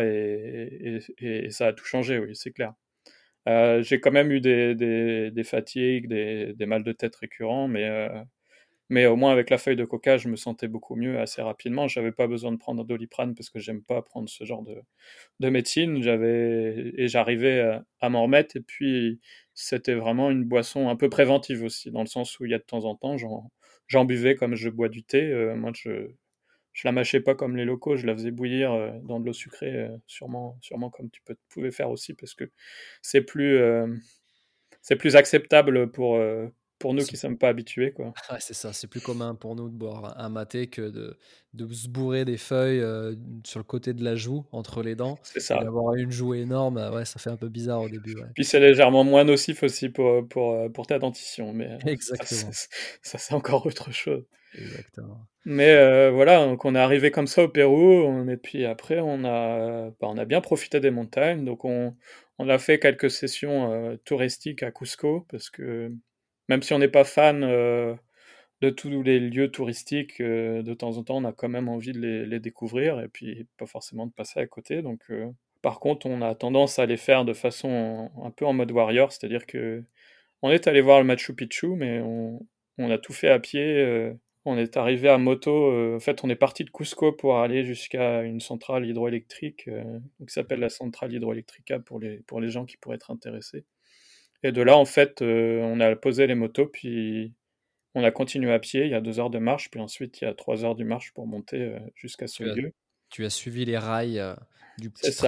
et et et ça a tout changé, oui, c'est clair. Heu, j'ai quand même eu des des des fatigues, des des mal de tête récurrents, mais heu, mais au moins avec la feuille de coca, je me sentais beaucoup mieux assez rapidement. J'avais pas besoin de prendre un Doliprane parce que j'aime pas prendre ce genre de de médecine. J'avais et j'arrivais à à m'en remettre et puis c'était vraiment une boisson un peu préventive aussi, dans le sens où il y a de temps en temps, j'en j'en buvais comme je bois du thé, heu, moi je je la mâchais pas comme les locaux, je la faisais bouillir, heu, dans de l'eau sucrée, heu, sûrement sûrement comme tu peux pouvais faire aussi parce que c'est plus, hem, c'est plus acceptable pour, heu, pour nous qui sommes pas habitués, quoi. Ouais, c'est ça, c'est plus commun pour nous de boire un maté que de de se bourrer des feuilles, heu, sur le côté de la joue, entre les dents C'est et ça. d'avoir une joue énorme, heu, ouais, ça fait un peu bizarre au début, ouais. Puis c'est légèrement moins nocif aussi pour, pour, heu, pour ta dentition, mais heu, ça Exactement, c'est ça c'est encore autre chose. exactement. Mais heu, voilà, donc on est arrivé comme ça au Pérou, on et puis après on a, bah, on a bien profité des montagnes, donc on on a fait quelques sessions, heu, touristiques à Cusco parce que même si on n'est pas fan, heu, de tous les lieux touristiques, heu, de temps en temps, on a quand même envie de les les découvrir et puis pas forcément de passer à côté, donc heu, par contre, on a tendance à les faire de façon un peu en mode warrior, c'est-à-dire que on est allé voir le Machu Picchu, mais on on a tout fait à pied, heu, on est arrivé à moto, heu, en fait, on est parti de Cusco pour aller jusqu'à une centrale hydroélectrique, heu, qui s'appelle la centrale Hidroelectrica pour les pour les gens qui pourraient être intéressés et de là, en fait, heu, on a posé les motos, puis on a continué à pied. Il y a deux heures de marche, puis ensuite il y a trois heures de marche pour monter, heu, jusqu'à ce Tu as lieu. tu as suivi les rails, heu, du C'est petit train. ça.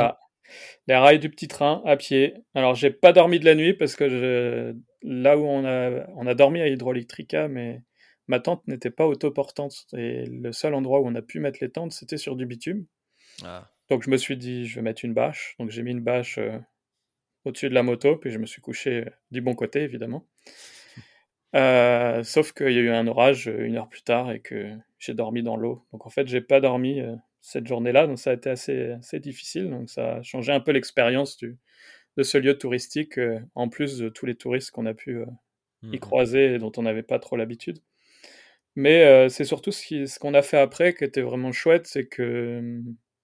Les rails du petit train, à pied. Alors, j'ai pas dormi de la nuit parce que je... là où on a, on a dormi à Hydroelectrica, mais ma tente n'était pas autoportante. Et le seul endroit où on a pu mettre les tentes, c'était sur du bitume. Ah. Donc, je me suis dit, je vais mettre une bâche. Donc, j'ai mis une bâche euh, au-dessus de la moto, puis je me suis couché euh, du bon côté, évidemment. Euh, sauf qu'il y a eu un orage euh, une heure plus tard et que j'ai dormi dans l'eau. Donc en fait, j'ai pas dormi euh, cette journée-là, donc ça a été assez, assez difficile. Donc ça a changé un peu l'expérience du, de ce lieu touristique, euh, en plus de tous les touristes qu'on a pu euh, y Mhm. croiser et dont on n'avait pas trop l'habitude. Mais euh, c'est surtout ce qui, ce qu'on a fait après qui était vraiment chouette, c'est que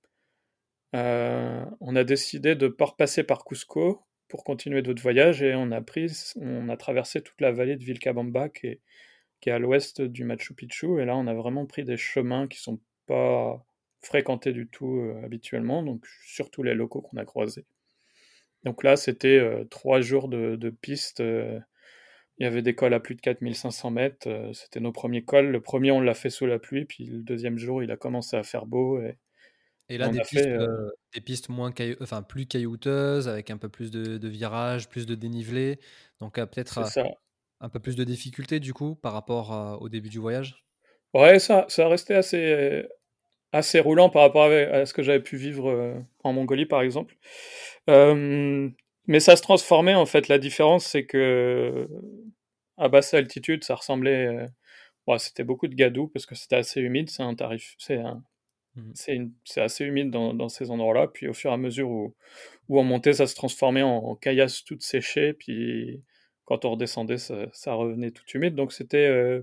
euh, on a décidé de pas repasser par Cusco pour continuer notre voyage et on a pris, on a traversé toute la vallée de Vilcabamba qui est qui est à l'ouest du Machu Picchu. Et là, on a vraiment pris des chemins qui sont pas fréquentés du tout euh, habituellement, donc surtout les locaux qu'on a croisés. Donc là, c'était euh, trois jours de, de piste. euh, Il y avait des cols à plus de quatre mille cinq cents mètres. euh, c'était nos premiers cols. Le premier, on l'a fait sous la pluie, puis le deuxième jour, il a commencé à faire beau. Et, et Et là, on des a fait. pistes, euh, euh, des pistes moins caillou- enfin, plus caillouteuses, avec un peu plus de, de virages, plus de dénivelé. Donc, euh, peut-être c'est euh, ça. un peu plus de difficulté, du coup, par rapport euh, au début du voyage. Ouais, ça, ça a resté assez, assez roulant par rapport à, à ce que j'avais pu vivre euh, en Mongolie, par exemple. Euh, mais ça se transformait, en fait. La différence, c'est que à basse altitude, ça ressemblait. euh, ouais, c'était beaucoup de gadou parce que c'était assez humide. C'est un tarif. C'est un, Mhm. c'est une- c'est assez humide dans, dans ces endroits-là. Puis au fur et à mesure où, où on montait, ça se transformait en, en caillasse toute séchée. Puis quand on redescendait, ça, ça revenait tout humide. Donc c'était. euh,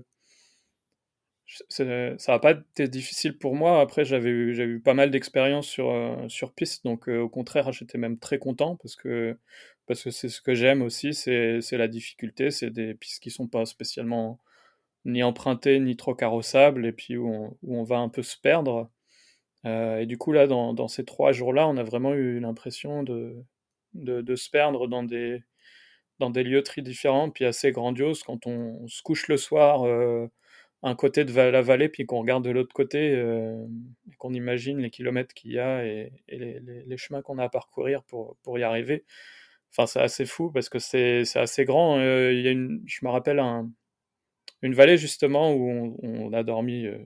c'est- ça n'a pas été difficile pour moi. Après, j'avais eu, j'ai eu pas mal d'expériences sur, euh, sur piste, donc euh, au contraire, j'étais même très content parce que parce que c'est ce que j'aime aussi, c'est c'est la difficulté, c'est des pistes qui sont pas spécialement ni empruntées ni trop carrossables et puis où on, où on va un peu se perdre. Euh, et du coup là, dans, dans ces trois jours-là, on a vraiment eu l'impression de, de de se perdre dans des dans des lieux très différents, puis assez grandioses quand on, on se couche le soir. euh, un côté de la vallée, puis qu'on regarde de l'autre côté, euh, et qu'on imagine les kilomètres qu'il y a et, et les, les- les chemins qu'on a à parcourir pour, pour y arriver. Enfin, c'est assez fou parce que c'est c'est assez grand. Euh, il y a une, je me rappelle un- une vallée justement où on, on a dormi, euh,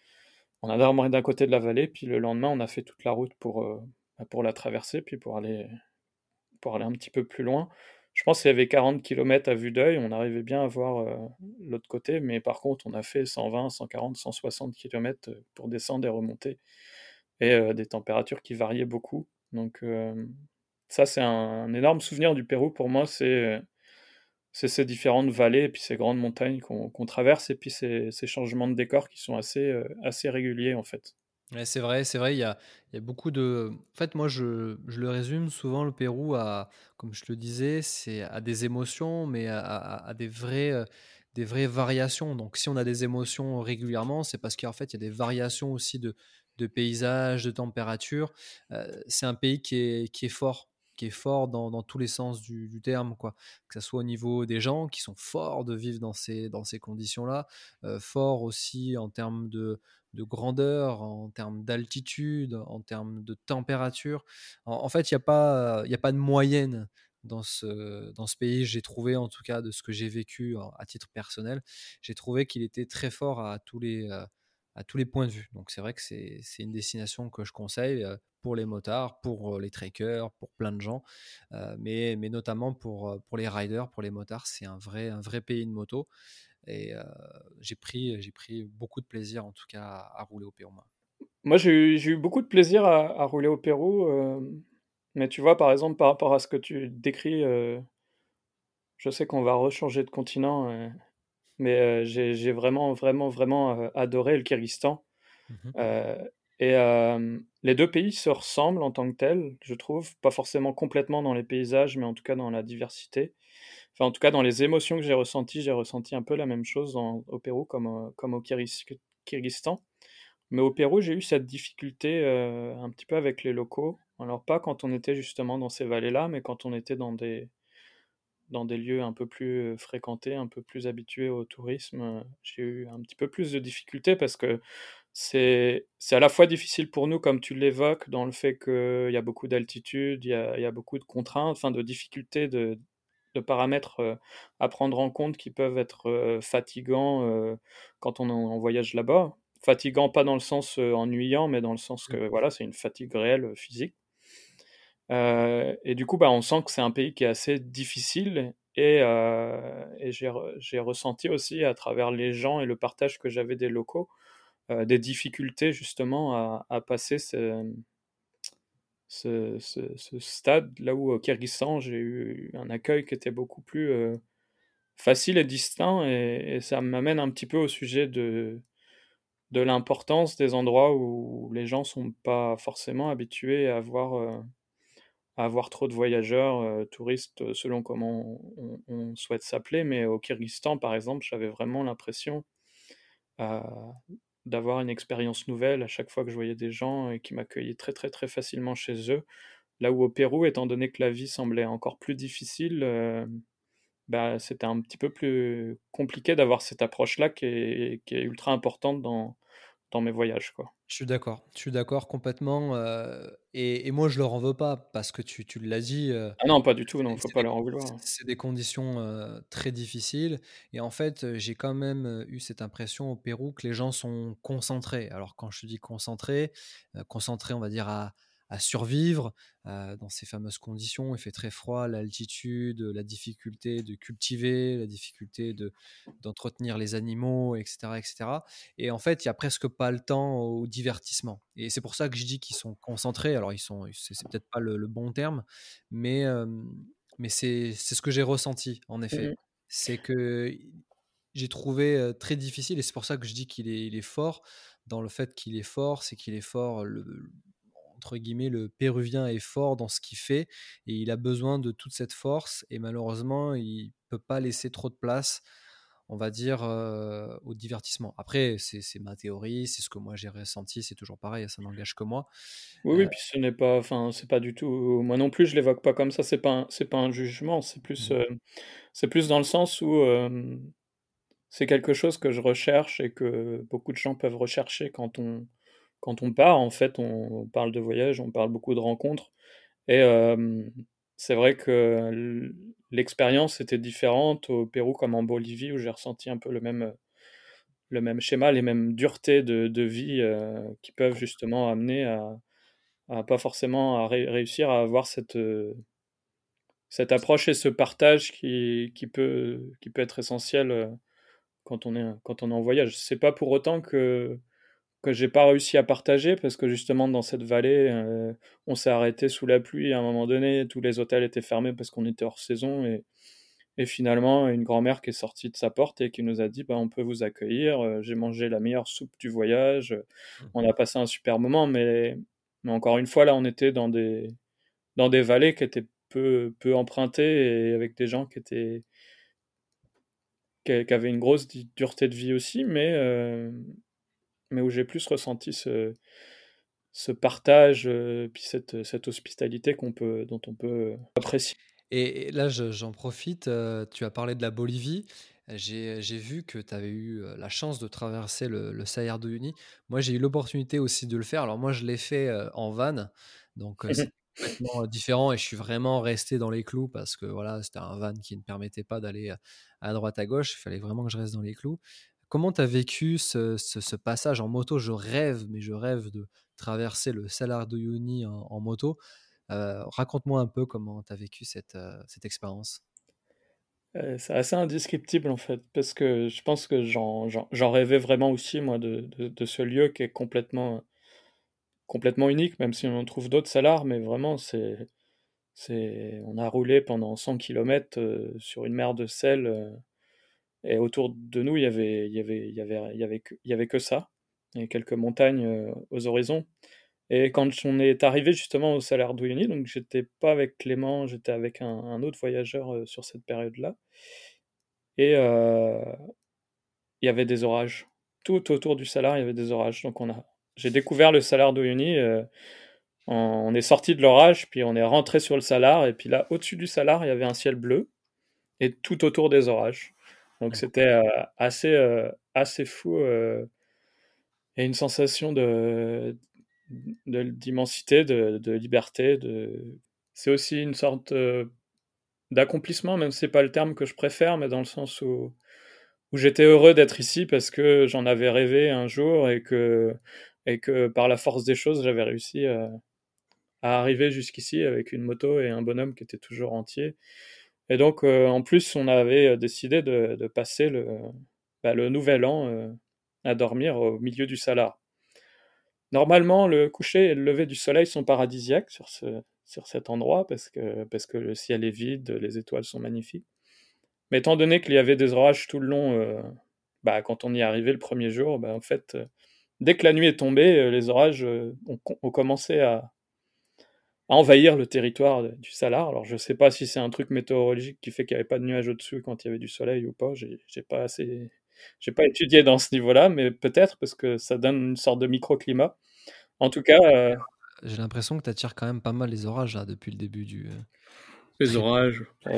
on a dormi d'un côté de la vallée, puis le lendemain on a fait toute la route pour, euh, bah, pour la traverser, puis pour aller, pour aller un petit peu plus loin. Je pense qu'il y avait quarante kilomètres à vue d'œil, on arrivait bien à voir euh, l'autre côté, mais par contre, on a fait cent vingt, cent quarante, cent soixante kilomètres pour descendre et remonter, et euh, des températures qui variaient beaucoup. Donc, euh, ça, c'est un, un énorme souvenir du Pérou pour moi, c'est euh, c'est ces différentes vallées, et puis ces grandes montagnes qu'on qu'on traverse, et puis ces, ces changements de décor qui sont assez, euh, assez réguliers en fait. Ouais, c'est vrai, c'est vrai, il y a, il y a beaucoup de... En fait, moi, je, je le résume souvent, le Pérou, à, comme je te le disais, c'est à des émotions, mais à, à- à des vraies, euh, des vraies variations. Donc, si on a des émotions régulièrement, c'est parce qu'en fait, il y a des variations aussi de, de paysages, de température. Euh, c'est un pays qui est, qui est fort, qui est fort dans, dans tous les sens du, du terme, quoi. Que ce soit au niveau des gens qui sont forts de vivre dans ces, dans ces conditions-là, euh, forts aussi en termes de de grandeur, en termes d'altitude, en termes de température. En, en fait, il n'y a, pas, il y a pas de moyenne dans ce, dans ce pays. J'ai trouvé, en tout cas, de ce que j'ai vécu à titre personnel, j'ai trouvé qu'il était très fort à tous les, euh, à tous les points de vue. Donc, c'est vrai que c'est, c'est une destination que je conseille euh, pour les motards, pour euh, les trekkers, pour plein de gens, euh, mais, mais notamment pour, euh, pour les riders, pour les motards. C'est un vrai, un vrai pays de moto. Et euh, j'ai pris, j'ai pris beaucoup de plaisir, en tout cas, à, à rouler au Pérou. Moi, j'ai eu, j'ai eu beaucoup de plaisir à, à rouler au Pérou, euh, mais tu vois, par exemple, par rapport à ce que tu décris, euh, je sais qu'on va rechanger de continent, euh, mais euh, j'ai, j'ai vraiment, vraiment, vraiment euh, adoré le Kyrgyzstan. Mhm. Euh, et euh, les deux pays se ressemblent en tant que tels, je trouve, pas forcément complètement dans les paysages, mais en tout cas dans la diversité. Enfin, en tout cas, dans les émotions que j'ai ressenties, j'ai ressenti un peu la même chose dans- au Pérou comme, euh, comme au Kyrgyz- Kyrgyzstan. Mais au Pérou, j'ai eu cette difficulté euh, un petit peu avec les locaux. Alors pas quand on était justement dans ces vallées-là, mais quand on était dans des, dans des lieux un peu plus euh, fréquentés, un peu plus habitués au tourisme, euh, j'ai eu un petit peu plus de difficultés parce que C'est c'est à la fois difficile pour nous, comme tu l'évoques, dans le fait qu'il y a beaucoup d'altitude, il y a il y a beaucoup de contraintes, enfin de difficultés, de de paramètres, heu, à prendre en compte qui peuvent être, heu, fatigants, heu, quand on est en voyage là-bas. Fatigants, pas dans le sens, heu, ennuyant, mais dans le sens Mmh. que, voilà, c'est une fatigue réelle, heu, physique. Heu et du coup, bah, on sent que c'est un pays qui est assez difficile et heu et j'ai re j'ai ressenti aussi à travers les gens et le partage que j'avais des locaux, heu, des difficultés justement à à passer ce ce ce ce stade. Là où au Kirghizstan, j'ai eu un accueil qui était beaucoup plus, heu, facile et distinct et et ça m'amène un petit peu au sujet de de l'importance des endroits où les gens sont pas forcément habitués à voir, heu, à avoir trop de voyageurs, heu, touristes, euh, selon comment on on on souhaite s'appeler. Mais au Kirghizstan, par exemple, j'avais vraiment l'impression, heu, d'avoir une expérience nouvelle à chaque fois que je voyais des gens et qui m'accueillaient très, très, très facilement chez eux. Là où au Pérou, étant donné que la vie semblait encore plus difficile, heu, bah, c'était un petit peu plus compliqué d'avoir cette approche-là qui est qui est ultra importante dans dans mes voyages, quoi. Je suis d'accord, je suis d'accord complètement, heu et et moi je leur en veux pas parce que tu tu l'as dit, heu, Ah non, pas du tout, non, c'est faut c'est pas des leur en c'est vouloir. c'est des conditions, heu, très difficiles et en fait, heu, j'ai quand même, heu, eu cette impression au Pérou que les gens sont concentrés. Alors quand je te dis concentrés, heu, concentrés on va dire à à survivre, heu, dans ces fameuses conditions. Il fait très froid, l'altitude, la difficulté de cultiver, la difficulté de d'entretenir les animaux et cetera et cetera et en fait, il y a presque pas le temps au divertissement et c'est pour ça que je dis qu'ils sont concentrés. Alors ils sont c'est c'est peut-être pas le le bon terme, mais hem, mais c'est c'est ce que j'ai ressenti en Mmh effet. mh. C'est que j'ai trouvé, heu, très difficile et c'est pour ça que je dis qu'il est il est fort. Dans le fait qu'il est fort, c'est qu'il est fort, le entre guillemets, «le péruvien est fort dans ce qu'il fait» et il a besoin de toute cette force et malheureusement, il peut pas laisser trop de place, on va dire, heu, au divertissement. Après, c'est c'est ma théorie, c'est ce que moi j'ai ressenti, c'est toujours pareil, ça n'engage que moi. Oui, Heu, oui, puis ce n'est pas enfin, c'est pas du tout moi non plus, je l'évoque pas comme ça, c'est pas un c'est pas un jugement, c'est plus, mmh, heu, c'est plus dans le sens où, hem, c'est quelque chose que je recherche et que beaucoup de gens peuvent rechercher quand on quand on part. En fait, on on parle de voyage, on parle beaucoup de rencontres et hem, c'est vrai que l l'expérience était différente au Pérou comme en Bolivie où j'ai ressenti un peu le même, le même schéma, les mêmes duretés de de vie, heu, qui peuvent justement amener à à pas forcément à ré réussir à avoir cette, heu, cette approche et ce partage qui qui peut qui peut être essentiel, heu, quand on est quand on est en voyage. C'est pas pour autant que que j'ai pas réussi à partager parce que justement dans cette vallée, heu, on s'est arrêté sous la pluie à un moment donné, tous les hôtels étaient fermés parce qu'on était hors saison et et finalement une grand-mère qui est sortie de sa porte et qui nous a dit: «Bah, on peut vous accueillir, heu, j'ai mangé la meilleure soupe du voyage, heu, mmh. on a passé un super moment». Mais mais encore une fois, là, on était dans des dans des vallées qui étaient peu peu empruntées et avec des gens qui étaient qui qui avaient une grosse di dureté de vie aussi, mais hem, mais où j'ai plus ressenti ce ce partage, heu, puis cette, cette hospitalité qu'on peut dont on peut apprécier. Et et là, je j'en profite, heu, tu as parlé de la Bolivie. J'ai j'ai vu que tu avais eu, heu, la chance de traverser le le Salar de Uyuni. Moi, j'ai eu l'opportunité aussi de le faire. Alors moi, je l'ai fait, heu, en van, donc heu, c'est complètement, heu, différent et je suis vraiment resté dans les clous parce que voilà, c'était un van qui ne permettait pas d'aller, heu, à droite à gauche. Il fallait vraiment que je reste dans les clous. Comment tu as vécu ce ce ce passage en moto? Je rêve, mais je rêve de traverser le Salar de Uyuni en en moto. Heu, raconte-moi un peu comment tu as vécu cette, heu, cette expérience? Heu, c'est assez indescriptible, en fait, parce que je pense que j'en j'en j'en rêvais vraiment aussi, moi, de de de ce lieu qui est complètement, complètement unique, même si on en trouve d'autres salars, mais vraiment, c'est c'est on a roulé pendant cent kilomètres, heu, sur une mer de sel, heu et autour de nous, il y avait il y avait il y avait il y avait que il y avait que ça et quelques montagnes, heu, aux horizons et quand on est arrivé justement au Salar d'Uyuni, donc j'étais pas avec Clément, j'étais avec un un autre voyageur, heu, sur cette période-là et heu il y avait des orages. Tout autour du Salar, il y avait des orages. Donc on a j'ai découvert le Salar d'Uyuni, heu, en on est sorti de l'orage, puis on est rentré sur le Salar et puis là, au-dessus du Salar, il y avait un ciel bleu et tout autour des orages. Donc Incroyable. c'était, heu, assez, heu, assez fou, heu, et une sensation de, de d'immensité, de, de liberté. De... C'est aussi une sorte euh, d'accomplissement, même si c'est pas le terme que je préfère, mais dans le sens où, où j'étais heureux d'être ici parce que j'en avais rêvé un jour et que, et que par la force des choses, j'avais réussi à, à arriver jusqu'ici avec une moto et un bonhomme qui était toujours entier. Et donc, euh, en plus, on avait décidé de, de passer le, bah, le nouvel an euh, à dormir au milieu du Salar. Normalement, le coucher et le lever du soleil sont paradisiaques sur, ce, sur cet endroit parce que, parce que le ciel est vide, les étoiles sont magnifiques. Mais étant donné qu'il y avait des orages tout le long, euh, bah, quand on y est arrivé le premier jour, bah, en fait, euh, dès que la nuit est tombée, euh, les orages euh, ont, ont commencé à, à envahir le territoire du Salar. Alors je sais pas si c'est un truc météorologique qui fait qu'il n'y avait pas de nuages au-dessus quand il y avait du soleil ou pas. J'ai, j'ai pas assez, j'ai pas étudié dans ce niveau-là, mais peut-être parce que ça donne une sorte de microclimat. En tout cas, euh, J'ai l'impression que tu attires quand même pas mal les orages là, depuis le début du, euh, du les trip. orages. Oh.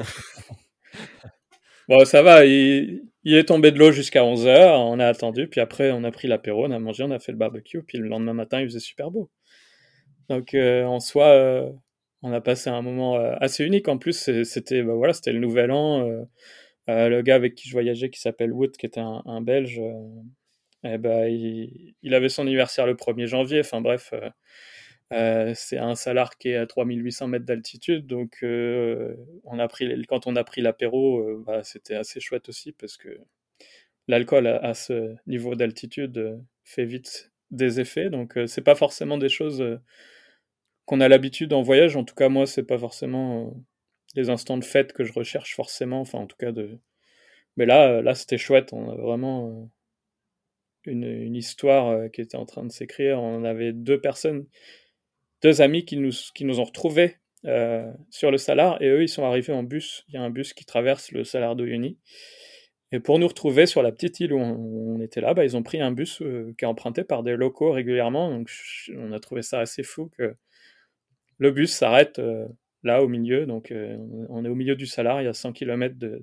Bon, ça va, il, il est tombé de l'eau jusqu'à onze heures, on a attendu, puis après on a pris l'apéro, on a mangé, on a fait le barbecue, puis le lendemain matin il faisait super beau. Donc euh, en soi, euh, on a passé un moment euh, assez unique. En plus, c'est- c'était bah, voilà, c'était le nouvel an. euh, euh, le gars avec qui je voyageais, qui s'appelle Wood, qui était un, un Belge, euh, eh ben, il, il avait son anniversaire le premier janvier. Enfin bref, euh, euh, c'est un salar qui est à trois mille huit cents mètres d'altitude. Donc euh, on a pris, quand on a pris l'apéro, euh, bah, c'était assez chouette aussi parce que l'alcool à, à ce niveau d'altitude euh, fait vite des effets. Donc euh, c'est pas forcément des choses euh, qu'on a l'habitude en voyage. En tout cas, moi, c'est pas forcément euh, des instants de fête que je recherche forcément. Enfin, en tout cas, de. Mais là, euh, là, c'était chouette. On a vraiment euh, une, une histoire euh, qui était en train de s'écrire. On avait deux personnes, deux amis qui nous, qui nous ont retrouvés euh, sur le Salar et eux, ils sont arrivés en bus. Il y a un bus qui traverse le Salar d'Uyuni. Et pour nous retrouver sur la petite île où on, on était là, bah, ils ont pris un bus euh, qui est emprunté par des locaux régulièrement. Donc, je- on a trouvé ça assez fou que le bus s'arrête euh, là au milieu, donc euh, on est au milieu du Salar, il y a cent kilomètres de,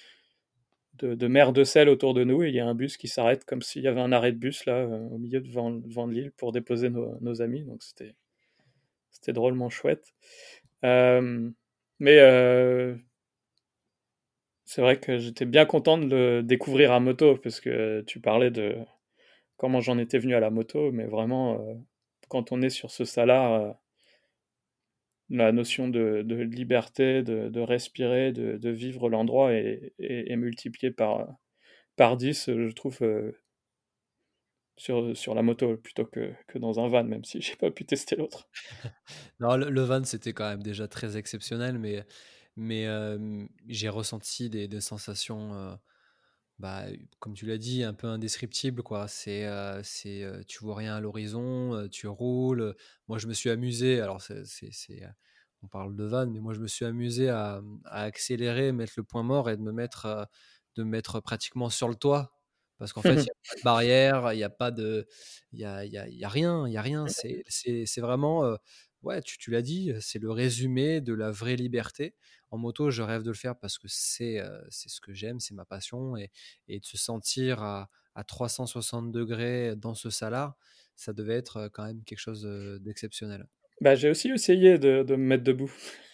de, de mer de sel autour de nous, et il y a un bus qui s'arrête comme s'il y avait un arrêt de bus là, euh, au milieu devant, devant l'île pour déposer nos, nos amis, donc c'était, c'était drôlement chouette. Euh, mais euh, c'est vrai que j'étais bien content de le découvrir à moto, parce que tu parlais de comment j'en étais venu à la moto, mais vraiment, euh, quand on est sur ce Salar, euh, la notion de, de liberté, de, de respirer, de, de vivre l'endroit est, est, est multipliée par, par dix, je trouve, euh, sur, sur la moto plutôt que, que dans un van, même si j'ai pas pu tester l'autre. Non, le, le van, c'était quand même déjà très exceptionnel, mais, mais euh, j'ai ressenti des, des sensations, euh, bah, comme tu l'as dit, un peu indescriptibles, quoi. C'est, euh, c'est, euh, tu vois rien à l'horizon, euh, tu roules. Moi, je me suis amusé, alors c'est, c'est, c'est, euh, on parle de van, mais moi, je me suis amusé à, à accélérer, mettre le point mort et de me mettre, euh, de me mettre pratiquement sur le toit. Parce qu'en fait, il n'y a pas de barrière, il n'y a pas de, il y a, il y a, il y a rien, il y a rien. C'est, c'est, c'est vraiment, euh, ouais, tu, tu l'as dit, c'est le résumé de la vraie liberté. En moto, je rêve de le faire parce que c'est, euh, c'est ce que j'aime, c'est ma passion. Et, et de se sentir à, à trois cent soixante degrés dans ce salar, ça devait être euh, quand même quelque chose euh, d'exceptionnel. Bah, j'ai aussi essayé de, de me mettre debout.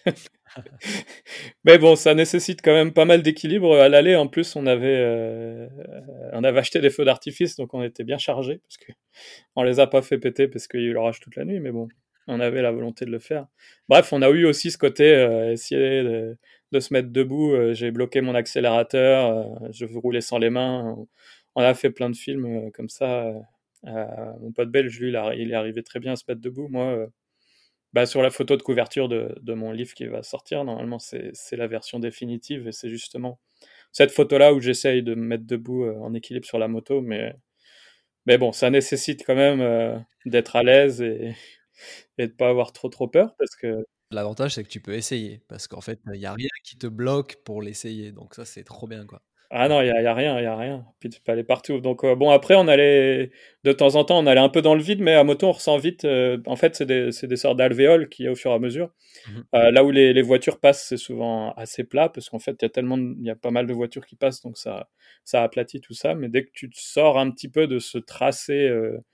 Mais bon, ça nécessite quand même pas mal d'équilibre. À l'aller, en plus, on avait, euh, on avait acheté des feux d'artifice, donc on était bien chargés, parce que on les a pas fait péter parce qu'il y a eu l'orage toute la nuit, mais bon, on avait la volonté de le faire. Bref, on a eu aussi ce côté, euh, essayer de, de se mettre debout. Euh, j'ai bloqué mon accélérateur, euh, je roulais sans les mains. On, on a fait plein de films euh, comme ça. Euh, mon pote belge, lui, il, a- il est arrivé très bien à se mettre debout. Moi, euh, bah, sur la photo de couverture de, de mon livre qui va sortir, normalement, c'est c'est la version définitive et c'est justement cette photo-là où j'essaye de me mettre debout euh, en équilibre sur la moto, mais mais bon, ça nécessite quand même euh, d'être à l'aise et, et de pas avoir trop trop peur parce que L'avantage, c'est que tu peux essayer, parce qu'en fait, il n'y a rien qui te bloque pour l'essayer. Donc ça, c'est trop bien, quoi. ah non, il y a, y a rien, il y a rien. Puis tu peux aller partout. Donc euh, bon, après on allait de temps en temps, on allait un peu dans le vide, mais à moto on ressent vite. Euh, en fait, c'est des c'est des sortes d'alvéoles qui au fur et à mesure. Mhm. Euh, là où les, les voitures passent, c'est souvent assez plat parce qu'en fait il y a tellement de- il y a pas mal de voitures qui passent, donc ça ça aplatit tout ça. Mais dès que tu te sors un petit peu de ce tracé euh,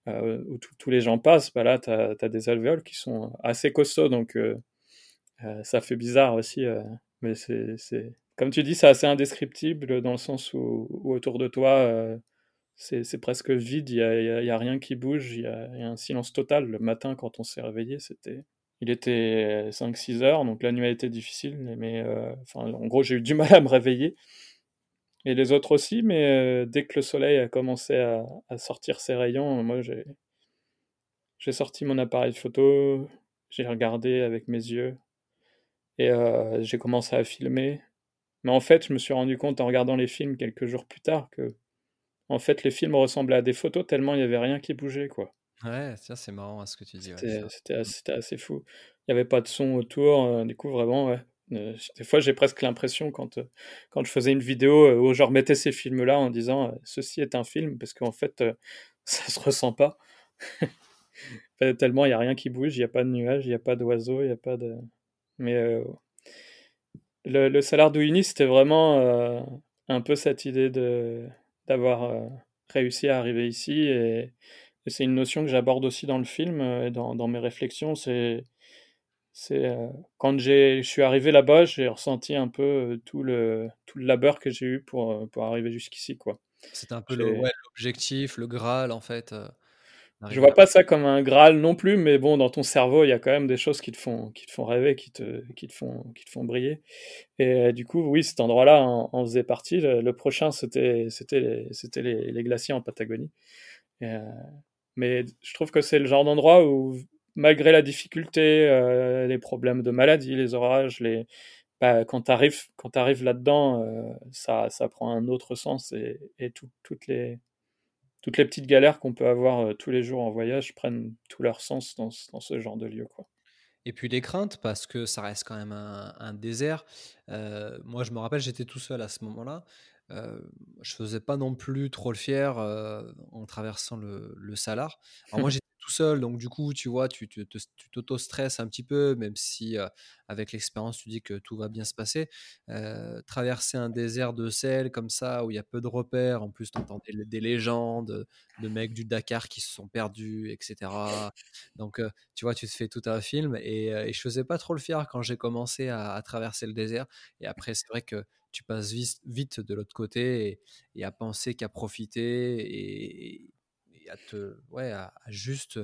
euh, où tout- tous les gens passent, bah là, tu as des alvéoles qui sont assez costauds, donc euh, euh, ça fait bizarre aussi. euh, mais c'est, c'est, comme tu dis, c'est assez indescriptible dans le sens où, où autour de toi, euh, c'est, c'est presque vide, il y a, il y a- il y a rien qui bouge, il y a, il y a un silence total. Le matin, quand on s'est réveillé, c'était... Il était cinq six heures, donc la nuit a été difficile, mais euh, enfin, en gros, j'ai eu du mal à me réveiller. Et les autres aussi, mais euh, dès que le soleil a commencé à, à sortir ses rayons, moi, j'ai, j'ai sorti mon appareil photo, j'ai regardé avec mes yeux, et euh, j'ai commencé à filmer. Mais en fait, je me suis rendu compte en regardant les films quelques jours plus tard que, en fait, les films ressemblaient à des photos tellement il n'y avait rien qui bougeait, quoi. Ouais, tiens, c'est marrant à ce que tu dis, ouais, C'était ça. c'était Mmh. assez, c'était assez fou. Il n'y avait pas de son autour, euh, du coup, vraiment, ouais. Euh, des fois, j'ai presque l'impression, quand, euh, quand je faisais une vidéo euh, où je remettais ces films-là en disant euh, ceci est un film, parce qu'en fait, euh, ça se ressent pas. Enfin, tellement il n'y a rien qui bouge, il n'y a pas de nuages, il n'y a pas d'oiseaux, il n'y a pas de. Mais euh, le, le Salar d'Uyuni, c'était vraiment euh, un peu cette idée de d'avoir euh, réussi à arriver ici. Et, et c'est une notion que j'aborde aussi dans le film euh, et dans, dans mes réflexions. C'est C'est euh, quand j'ai, je suis arrivé là-bas, j'ai ressenti un peu euh, tout le, tout le labeur que j'ai eu pour, euh, pour arriver jusqu'ici, quoi. C'était un peu le J'ai- ouais, l'objectif, le Graal en fait, heu, Je d'arriver vois là. pas ça comme un Graal non plus, mais bon, dans ton cerveau, il y a quand même des choses qui te font, qui te font rêver, qui te, qui te font, qui te font briller. Et euh, du coup, oui, cet endroit-là en, en faisait partie. Le, le prochain, c'était, c'était les, c'était les, les glaciers en Patagonie. Et, euh, mais je trouve que c'est le genre d'endroit où, malgré la difficulté, euh, les problèmes de maladie, les orages, les, bah, quand tu arrives quand tu arrives là-dedans, euh, ça, ça prend un autre sens et, et tout- toutes les toutes les petites galères qu'on peut avoir euh, tous les jours en voyage prennent tout leur sens dans, ce- dans ce genre de lieu, quoi. Et puis les craintes parce que ça reste quand même un un désert. Heu, moi je me rappelle, j'étais tout seul à ce moment-là. Heu, je faisais pas non plus trop le fier, heu, en traversant le le Salar. Alors moi j'étais tout seul donc du coup, tu vois, tu te te tu t'auto-stresses un petit peu même si, heu, avec l'expérience, tu dis que tout va bien se passer. Heu, traverser un désert de sel comme ça où il y a peu de repères, en plus tu entends des des légendes, de mecs du Dakar qui se sont perdus et cetera. Donc heu, tu vois, tu te fais tout un film et, heu, et je faisais pas trop le fier quand j'ai commencé à, à traverser le désert. Et après, c'est vrai que tu passes vite, vite de l'autre côté et, et à penser qu'à profiter et, et à te, ouais, à, à juste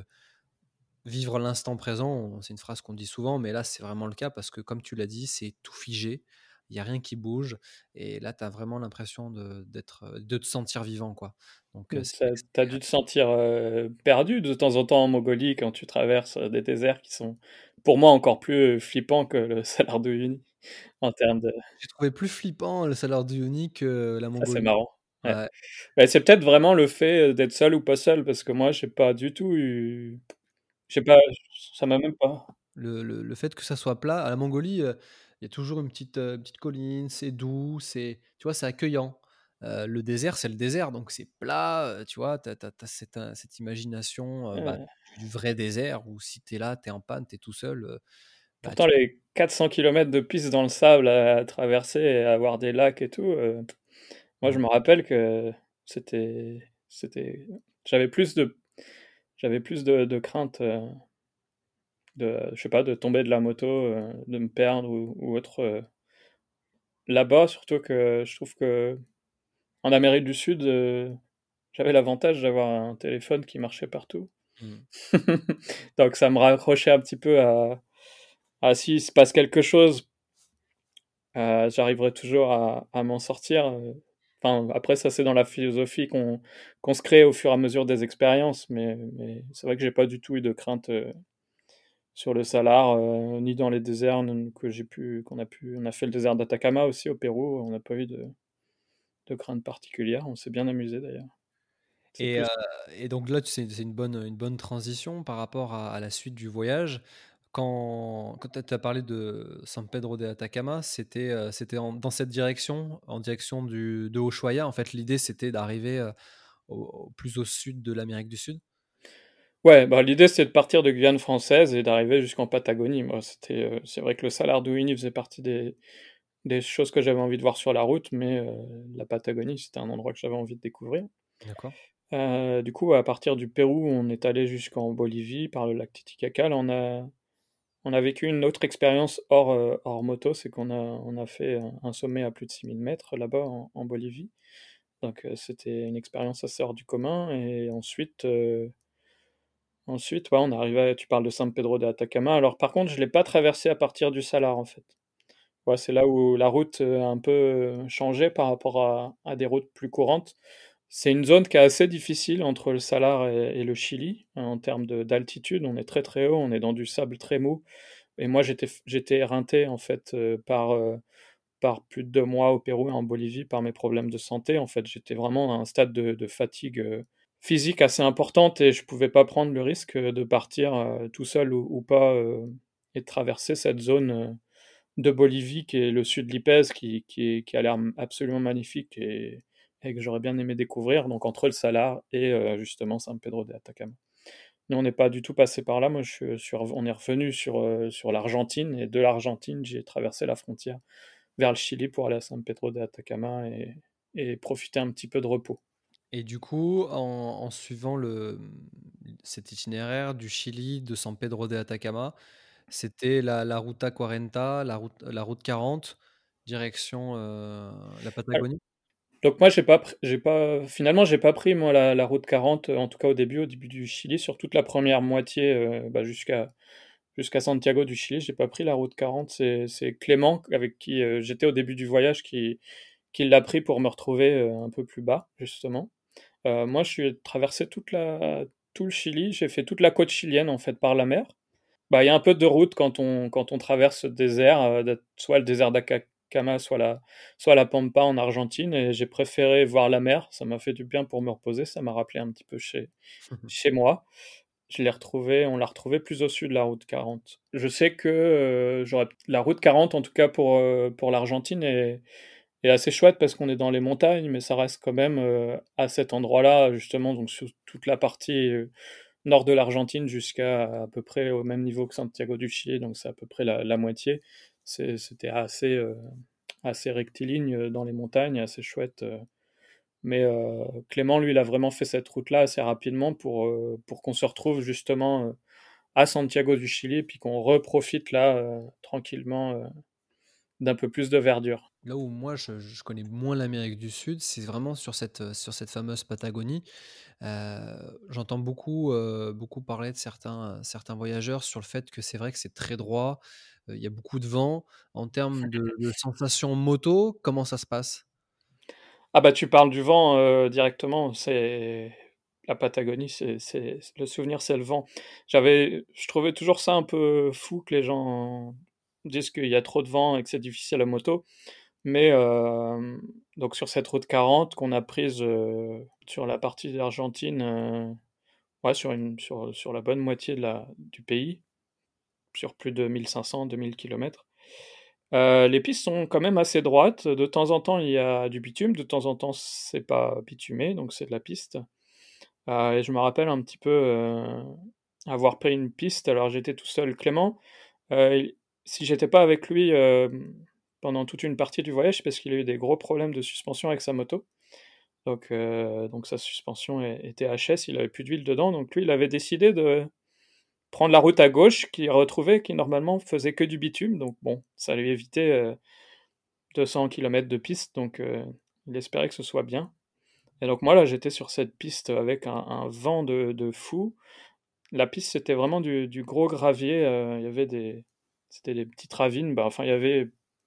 vivre l'instant présent. C'est une phrase qu'on dit souvent, mais là, c'est vraiment le cas parce que, comme tu l'as dit, c'est tout figé. Il n'y a rien qui bouge. Et là, tu as vraiment l'impression de, d'être, de te sentir vivant, quoi. Donc, euh, Donc, c'est ça- t'as dû te sentir euh, perdu de temps en temps en Mongolie quand tu traverses euh, des déserts qui sont, pour moi, encore plus euh, flippants que le Salar de Uyuni en termes de. j'ai trouvé plus flippant le salaire du Uni que la Ça, c'est Mongolie. marrant. Ouais. Ouais. Bah, c'est peut-être vraiment le fait euh, d'être seul ou pas seul, parce que moi, j'ai pas du tout eu. Je sais pas, ça m'a même pas. Le le le fait que ça soit plat, à la Mongolie, heu, il y a toujours une petite, heu, petite colline, c'est doux, c'est tu vois, c'est accueillant. Heu, le désert, c'est le désert, donc c'est plat, heu, tu vois? Tu as tu as cette, heu, cette imagination, heu, bah, Ouais. du vrai désert où si tu es là, tu es en panne, tu es tout seul, heu, bah, Pourtant, tu les quatre cents kilomètres de piste dans le sable à traverser et avoir des lacs et tout, euh, moi, je mmh. me rappelle que c'était, c'était, j'avais plus de, j'avais plus de, de crainte euh, de, je sais pas, de tomber de la moto, euh, de me perdre ou, ou autre euh, là-bas, surtout que je trouve que en Amérique du Sud, euh, j'avais l'avantage d'avoir un téléphone qui marchait partout. Mmh. Donc ça me raccrochait un petit peu à, à s'il se passe quelque chose, euh, j'arriverai toujours à, à m'en sortir. euh. Enfin, après, ça, c'est dans la philosophie qu'on qu'on se crée au fur et à mesure des expériences, mais, mais c'est vrai que j'ai pas du tout eu de crainte euh, sur le Salar, euh, ni dans les déserts non- que j'ai pu, qu'on a pu. On a fait le désert d'Atacama aussi au Pérou, on n'a pas eu de, de crainte particulière, on s'est bien amusé d'ailleurs. C'est Et heu plus. et donc là, c'est c'est une bonne, une bonne transition par rapport à à la suite du voyage. Quand quand tu as parlé de San Pedro de Atacama, c'était, heu, c'était en dans cette direction, en direction du de Ushuaia? En fait, l'idée, c'était d'arriver, heu, au au plus au sud de l'Amérique du Sud? Ouais, bah, l'idée c'était de partir de Guyane française et d'arriver jusqu'en Patagonie. Moi, c'était, euh, c'est vrai que le Salar de Uyuni faisait partie des, des choses que j'avais envie de voir sur la route, mais euh, la Patagonie, c'était un endroit que j'avais envie de découvrir. D'accord. Heu, du coup, à partir du Pérou, on est allé jusqu'en Bolivie par le lac Titicaca. Là, on a on a vécu une autre expérience hors, heu, hors moto, c'est qu'on a on a fait un un sommet à plus de six mille mètres là-bas en en Bolivie. Donc, heu, c'était une expérience assez hors du commun et ensuite, heu, ensuite, ouais, on est arrivé à tu parles de San Pedro de Atacama. Alors par contre, je l'ai pas traversé à partir du Salar, en fait. Ouais, c'est là où la route, heu, a un peu, heu, changé par rapport à à des routes plus courantes. C'est une zone qui est assez difficile entre le Salar et et le Chili, en termes de d'altitude. On est très, très haut, on est dans du sable très mou et moi j'étais f j'étais éreinté en fait, heu, par, heu, par plus de deux mois au Pérou et en Bolivie par mes problèmes de santé. En fait, j'étais vraiment à un stade de de fatigue, heu, physique assez importante et je pouvais pas prendre le risque, heu, de partir, heu, tout seul ou ou pas, heu et de traverser cette zone, heu, de Bolivie qui est le sud Lipèze qui qui est qui a l'air m absolument magnifique et et que j'aurais bien aimé découvrir, donc entre le Salar et heu, justement San Pedro de Atacama. Nous, on n'est pas du tout passé par là. Moi, je suis suis rev on est revenu sur, heu, sur l'Argentine et de l'Argentine, j'ai traversé la frontière vers le Chili pour aller à San Pedro de Atacama et et profiter un petit peu de repos. Et du coup, en en suivant le, mmh, cet itinéraire du Chili, de San Pedro de Atacama, c'était la la Ruta quarante, la route la route quarante, direction, heu, la Al Patagonie? donc moi, j'ai pas pr j'ai pas finalement, j'ai pas pris moi la la route quarante, en tout cas au début au début du Chili, sur toute la première moitié, heu, bah, jusqu'à jusqu'à Santiago du Chili, j'ai pas pris la route quarante. C'est c'est Clément avec qui, heu, j'étais au début du voyage qui qui l'a pris pour me retrouver, heu, un peu plus bas, justement. Heu, moi, je suis traversé toute la tout le Chili, j'ai fait toute la côte chilienne, en fait, par la mer. Bah, il y a un peu de route quand on quand on traverse ce désert, heu, de soit le désert d'Atacama, soit la soit la Pampa en Argentine et j'ai préféré voir la mer. Ça m'a fait du bien pour me reposer, ça m'a rappelé un petit peu chez chez moi. Je l'ai retrouvé on l'a retrouvé plus au sud, la route quarante. Je sais que, heu, j'aurais p la route quarante, en tout cas pour, heu, pour l'Argentine est est assez chouette parce qu'on est dans les montagnes, mais ça reste quand même, heu, à cet endroit-là, justement, donc sur toute la partie, heu, nord de l'Argentine jusqu'à à peu près au même niveau que Santiago du Chili, donc c'est à peu près la la moitié. C'est c'était assez, heu, assez rectiligne, heu, dans les montagnes, assez chouette, heu, mais heu, Clément, lui, il a vraiment fait cette route-là assez rapidement pour, heu, pour qu'on se retrouve justement, heu, à Santiago du Chili, puis qu'on reprofite là, heu, tranquillement, heu, d'un peu plus de verdure. Là où moi je je connais moins l'Amérique du Sud, c'est vraiment sur cette, heu, sur cette fameuse Patagonie. Heu, j'entends beaucoup, heu, beaucoup parler de certains, certains voyageurs sur le fait que c'est vrai que c'est très droit, heu, il y a beaucoup de vent. En termes de de sensations moto, comment ça se passe? Ah bah, tu parles du vent, heu, directement, c'est la Patagonie, c'est c'est le souvenir, c'est le vent. J'avais je trouvais toujours ça un peu fou que les gens disent qu'il y a trop de vent et que c'est difficile à moto, mais hem, donc sur cette route quarante qu'on a prise, heu, sur la partie d'Argentine, heu, ouais, sur une sur, sur la bonne moitié de la du pays, sur plus de mille cinq cents-deux mille kilomètres. Heu, les pistes sont quand même assez droites. De temps en temps, il y a du bitume, de temps en temps, c'est pas bitumé, donc c'est de la piste. Heu et je me rappelle un petit peu, heu, avoir pris une piste, alors j'étais tout seul. Clément, heu, il si j'étais pas avec lui, hem, pendant toute une partie du voyage, c'est parce qu'il a eu des gros problèmes de suspension avec sa moto. Donc heu, donc sa suspension é était H S, il avait plus d'huile dedans, donc lui, il avait décidé de prendre la route à gauche qu'il retrouvait, qui normalement faisait que du bitume, donc bon, ça lui évitait, heu, deux cents kilomètres de piste, donc heu, il espérait que ce soit bien. Et donc moi, là, j'étais sur cette piste avec un un vent de de fou. La piste, c'était vraiment du du gros gravier, heu, il y avait des c'était des petites ravines, bah, enfin, il y avait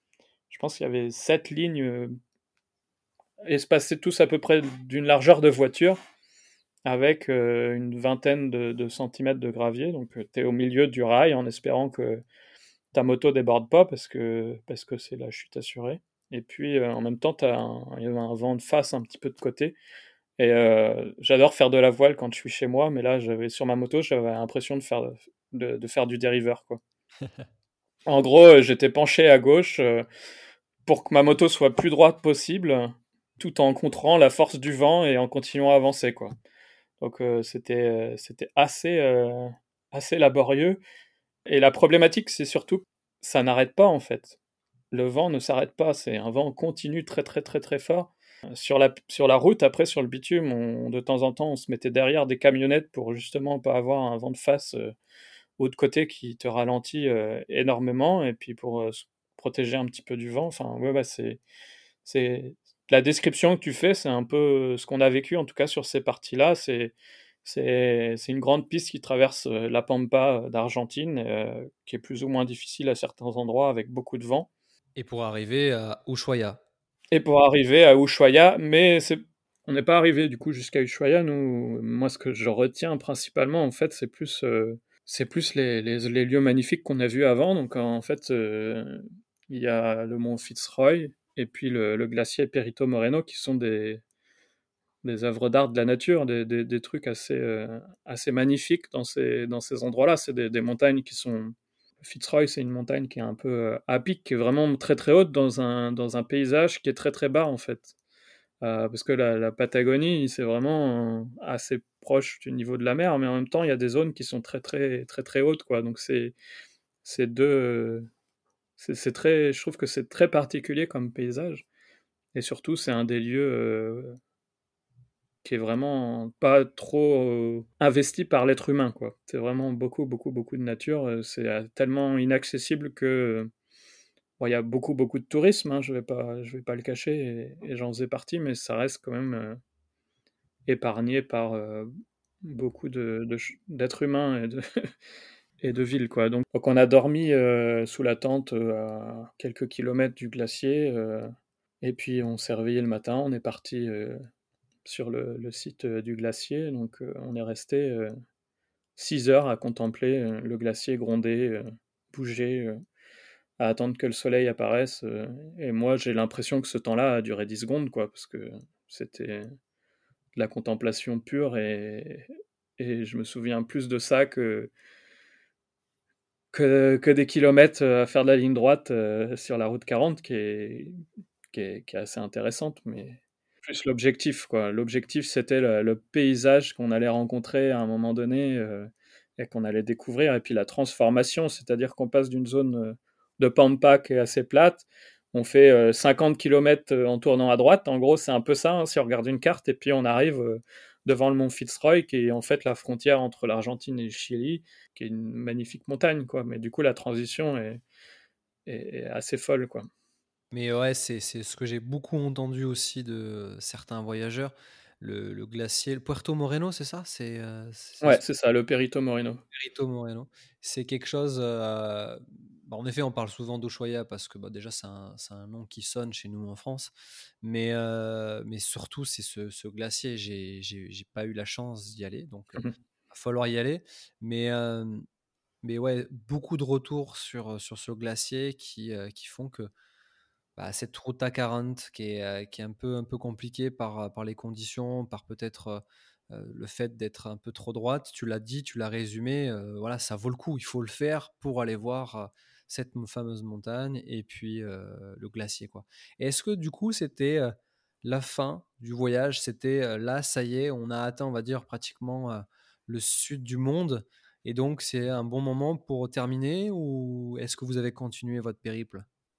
je pense qu'il y avait sept lignes, heu, espacées tous à peu près d'une largeur de voiture avec, heu, une vingtaine de de centimètres de gravier, donc heu, tu es au milieu du rail en espérant que ta moto déborde pas parce que parce que c'est la chute assurée et puis, heu, en même temps, tu as un il y avait un vent de face un petit peu de côté et heu, j'adore faire de la voile quand je suis chez moi, mais là, j'avais sur ma moto, j'avais l'impression de faire de de faire du dériveur, quoi. En gros, heu, j'étais penché à gauche, heu, pour que ma moto soit plus droite possible, tout en contrant la force du vent et en continuant à avancer, quoi. Donc heu, c'était, heu, c'était assez, heu, assez laborieux et la problématique, c'est surtout que ça n'arrête pas, en fait. Le vent ne s'arrête pas, c'est un vent continu très, très, très, très fort Sur la, sur la route, après, sur le bitume, on, de temps en temps, on se mettait derrière des camionnettes pour justement pas avoir un vent de face euh, ou de côté qui te ralentit euh, énormément, et puis pour euh, se protéger un petit peu du vent. Enfin, ouais, bah, c'est, c'est la description que tu fais, c'est un peu ce qu'on a vécu, en tout cas sur ces parties-là. C'est, c'est, c'est une grande piste qui traverse euh, la Pampa d'Argentine, euh, qui est plus ou moins difficile à certains endroits avec beaucoup de vent. Et pour arriver à Ushuaia. Et pour arriver à Ushuaia, mais c'est, on n'est pas arrivé du coup jusqu'à Ushuaia. Nous, moi, ce que je retiens principalement, en fait, c'est plus, euh, c'est plus les, les, les lieux magnifiques qu'on a vus avant. Donc, en fait, euh, il y a le mont Fitzroy et puis le, le glacier Perito Moreno, qui sont des, des œuvres d'art de la nature, des, des, des trucs assez, euh, assez magnifiques dans ces, dans ces endroits-là. C'est des, des montagnes qui sont. Fitzroy, c'est une montagne qui est un peu euh, à pic, qui est vraiment très très haute dans un, dans un paysage qui est très très bas en fait. Euh, parce que la, la Patagonie, c'est vraiment euh, assez proche du niveau de la mer, mais en même temps, il y a des zones qui sont très très très très hautes, quoi. Donc c'est c'est deux, euh, c'est c'est très, je trouve que c'est très particulier comme paysage, et surtout c'est un des lieux euh, qui est vraiment pas trop euh, investi par l'être humain, quoi. C'est vraiment beaucoup beaucoup beaucoup de nature. euh, C'est euh, tellement inaccessible que bon, il y a beaucoup, beaucoup de tourisme, hein, je vais pas, je vais pas le cacher, et, et j'en faisais partie, mais ça reste quand même euh, épargné par euh, beaucoup de, de ch- d'êtres humains et de, et de villes, quoi. Donc, donc on a dormi euh, sous la tente euh, à quelques kilomètres du glacier, euh, et puis on s'est réveillé le matin, on est parti euh, sur le, le site euh, du glacier, donc euh, on est resté euh, six heures à contempler euh, le glacier gronder, euh, bouger. euh, à attendre que le soleil apparaisse. euh, et moi, j'ai l'impression que ce temps-là a duré dix secondes, quoi, parce que c'était de la contemplation pure, et, et je me souviens plus de ça que, que, que des kilomètres à faire de la ligne droite euh, sur la route quarante, qui est, qui est, qui est assez intéressante, mais plus l'objectif, quoi. L'objectif, c'était le, le paysage qu'on allait rencontrer à un moment donné euh, et qu'on allait découvrir, et puis la transformation, c'est-à-dire qu'on passe d'une zone euh, de pampa qui est assez plate, on fait euh, cinquante kilomètres en tournant à droite, en gros, c'est un peu ça, hein, si on regarde une carte, et puis on arrive euh, devant le mont Fitzroy, qui est en fait la frontière entre l'Argentine et le Chili, qui est une magnifique montagne, quoi. Mais du coup, la transition est, est, est assez folle, quoi. Mais ouais, c'est c'est ce que j'ai beaucoup entendu aussi de certains voyageurs. Le, le glacier, le Puerto Moreno, c'est ça? C'est euh, c'est Ouais, ça, c'est ça, le Perito Moreno. Perito Moreno. C'est quelque chose. euh, bah, en effet, on parle souvent d'Ushuaia parce que bah, déjà, c'est un, c'est un nom qui sonne chez nous en France. Mais, euh, mais surtout, c'est ce, ce glacier. J'ai j'ai j'ai pas eu la chance d'y aller. Donc, il va falloir y aller. Mais, euh, mais ouais, beaucoup de retours sur, sur ce glacier qui, euh, qui font que bah, cette route à quarante qui est, euh, qui est un peu, un peu compliquée par, euh, par les conditions, par peut-être euh, euh, le fait d'être un peu trop droite. Tu l'as dit, tu l'as résumé. Euh, voilà, ça vaut le coup. Il faut le faire pour aller voir euh, cette m- fameuse montagne et puis euh, le glacier, quoi. Et est-ce que du coup, c'était euh, la fin du voyage? C'était euh, là, ça y est, on a atteint, on va dire, pratiquement euh, le sud du monde. Et donc, c'est un bon moment pour terminer ou est-ce que vous avez continué votre périple?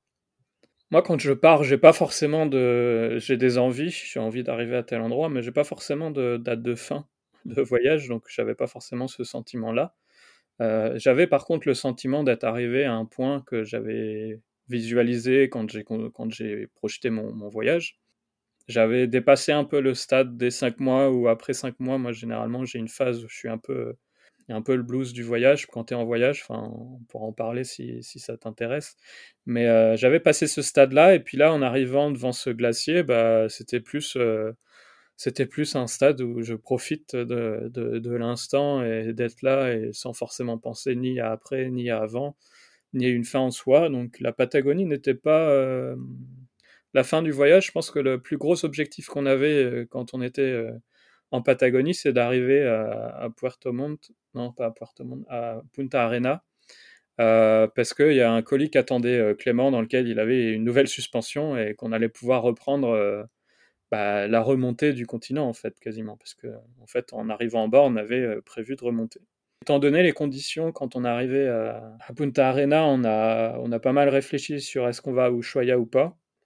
Moi, quand je pars, j'ai pas forcément de, j'ai des envies, j'ai envie d'arriver à tel endroit, mais j'ai pas forcément de date de fin de voyage, donc j'avais pas forcément ce sentiment-là. Euh, j'avais par contre le sentiment d'être arrivé à un point que j'avais visualisé quand j'ai quand j'ai projeté mon, mon voyage. J'avais dépassé un peu le stade des cinq mois, ou après cinq mois, moi généralement j'ai une phase où je suis un peu, il y a un peu le blues du voyage quand tu es en voyage, enfin on pourra en parler si, si ça t'intéresse. Mais euh, j'avais passé ce stade-là, et puis là en arrivant devant ce glacier, bah, c'était plus, euh, c'était plus un stade où je profite de, de, de l'instant et d'être là, et sans forcément penser ni à après, ni à avant, ni à une fin en soi. Donc la Patagonie n'était pas euh, la fin du voyage. Je pense que le plus gros objectif qu'on avait euh, quand on était euh, en Patagonie, c'est d'arriver à, à Puerto Montt, non pas à Puerto Montt, à Punta Arena, euh, parce qu'il y a un colis qui attendait euh, Clément, dans lequel il avait une nouvelle suspension, et qu'on allait pouvoir reprendre euh, bah, la remontée du continent, en fait, quasiment, parce que en fait, en arrivant en bas, on avait euh, prévu de remonter. Étant donné les conditions, quand on est arrivé à, à Punta Arena, on a, on a pas mal réfléchi sur est-ce qu'on va à Ushuaia ou pas.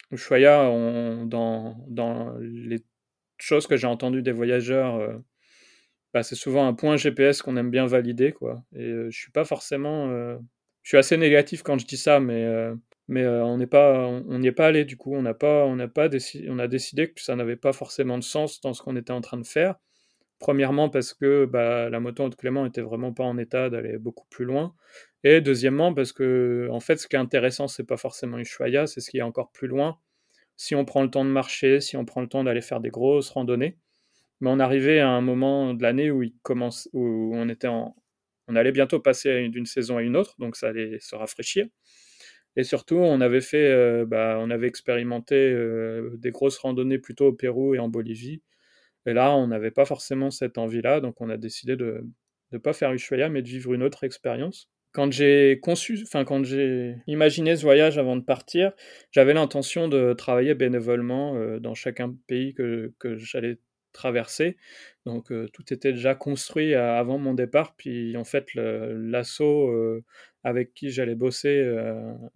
Ushuaïa, on dans dans les choses que j'ai entendues des voyageurs, heu, bah, c'est souvent un point G P S qu'on aime bien valider, quoi et heu, je suis pas forcément, heu je suis assez négatif quand je dis ça, mais heu mais heu, on n'est pas on n'y est pas allé du coup. On n'a pas on n'a pas déci on a décidé que ça n'avait pas forcément de sens dans ce qu'on était en train de faire. Premièrement parce que, bah, la moto Haute Clément était vraiment pas en état d'aller beaucoup plus loin et deuxièmement parce qu'en fait, ce qui est intéressant, c'est pas forcément Ushuaïa, c'est ce qui est encore plus loin. Si on prend le temps de marcher, si on prend le temps d'aller faire des grosses randonnées. Mais on arrivait à un moment de l'année où il commence où on était en on allait bientôt passer d'une saison à une autre, donc ça allait se rafraîchir et surtout on avait fait, heu, bah, on avait expérimenté, heu, des grosses randonnées plutôt au Pérou et en Bolivie et là, on n'avait pas forcément cette envie-là, donc on a décidé de de pas faire Ushuaïa, mais de vivre une autre expérience. Quand j'ai conçu enfin, quand j'ai imaginé ce voyage avant de partir, j'avais l'intention de travailler bénévolement, heu, dans chacun pays que que j'allais traverser. Donc heu, tout était déjà construit a avant mon départ. Puis en fait, le l'asso, heu, avec qui j'allais bosser, heu,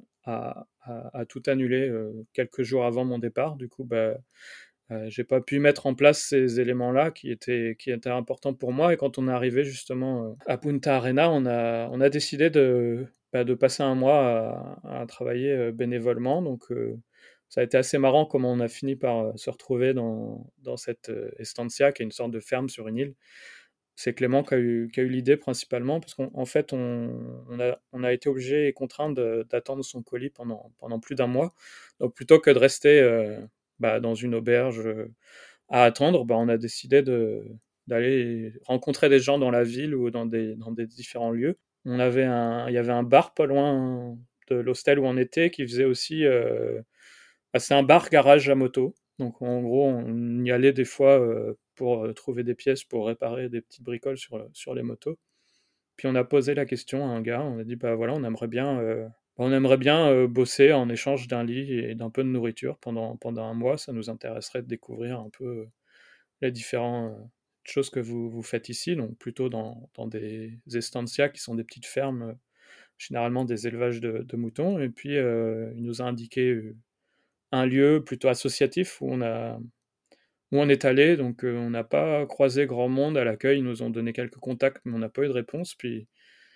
a a a tout annulé, heu, quelques jours avant mon départ. Du coup, bah, Heu, j'ai pas pu mettre en place ces éléments-là qui étaient qui étaient importants pour moi et quand on est arrivé justement, heu, à Punta Arenas, on a on a décidé de, bah, de passer un mois à à travailler, heu, bénévolement donc heu, ça a été assez marrant comment on a fini par, heu, se retrouver dans dans cette, heu, estancia qui est une sorte de ferme sur une île. C'est Clément qui a eu qui a eu l'idée principalement parce qu'en en fait on on a on a été obligé et contraint de d'attendre son colis pendant pendant plus d'un mois. Donc plutôt que de rester, heu, bah, dans une auberge, heu, à attendre, bah, on a décidé de d'aller rencontrer des gens dans la ville ou dans des dans des différents lieux. On avait un il y avait un bar pas loin de l'hostel où on était qui faisait aussi, heu bah, c'est un bar garage à moto. Donc en gros, on y allait des fois, heu, pour, heu, trouver des pièces pour réparer des petites bricoles sur, heu, sur les motos. Puis on a posé la question à un gars, on a dit: «Bah, voilà, on aimerait bien, heu, on aimerait bien, heu, bosser en échange d'un lit et d'un peu de nourriture pendant pendant un mois. Ça nous intéresserait de découvrir un peu, heu, les différentes choses que vous vous faites ici». Donc plutôt dans dans des estancias qui sont des petites fermes, heu, généralement des élevages de de moutons et puis, heu, il nous a indiqué, heu, un lieu plutôt associatif où on a où on est allé, donc heu, on n'a pas croisé grand monde à l'accueil. Ils nous ont donné quelques contacts, mais on n'a pas eu de réponse. Puis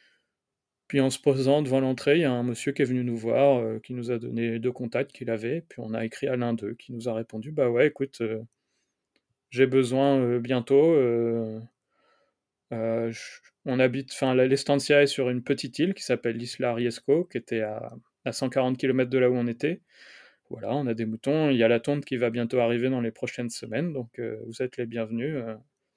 puis en se posant devant l'entrée, il y a un monsieur qui est venu nous voir, heu, qui nous a donné deux contacts qu'il avait, puis on a écrit à l'un d'eux qui nous a répondu: «Bah, ouais, écoute, heu, j'ai besoin, heu, bientôt, heu heu, j on habite» enfin, la l'estancia est sur une petite île qui s'appelle l'Isla Riesco, qui était à à cent quarante kilomètres de là où on était. Voilà, on a des moutons, il y a la tonte qui va bientôt arriver dans les prochaines semaines, donc heu, vous êtes les bienvenus, heu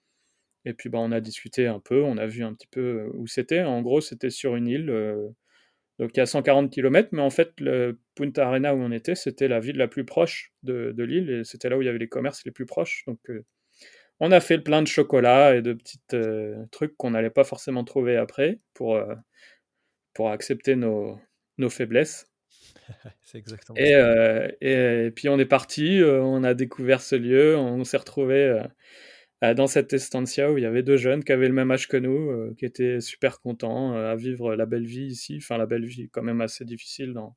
et puis, bah, on a discuté un peu, on a vu un petit peu, heu, où c'était. En gros, c'était sur une île, heu, donc à cent quarante kilomètres, mais en fait, le Punta Arenas où on était, c'était la ville la plus proche de de l'île et c'était là où il y avait les commerces les plus proches, donc heu, on a fait le plein de chocolat et de petites, heu, trucs qu'on n'allait pas forcément trouver après pour, heu, pour accepter nos nos faiblesses. C'est exactement Et ça. heu et puis on est parti, heu, on a découvert ce lieu, on s'est retrouvés, heu, bah, dans cette estancia où il y avait deux jeunes qui avaient le même âge que nous, heu, qui étaient super contents, heu, à vivre la belle vie ici. Enfin la belle vie quand même assez difficile dans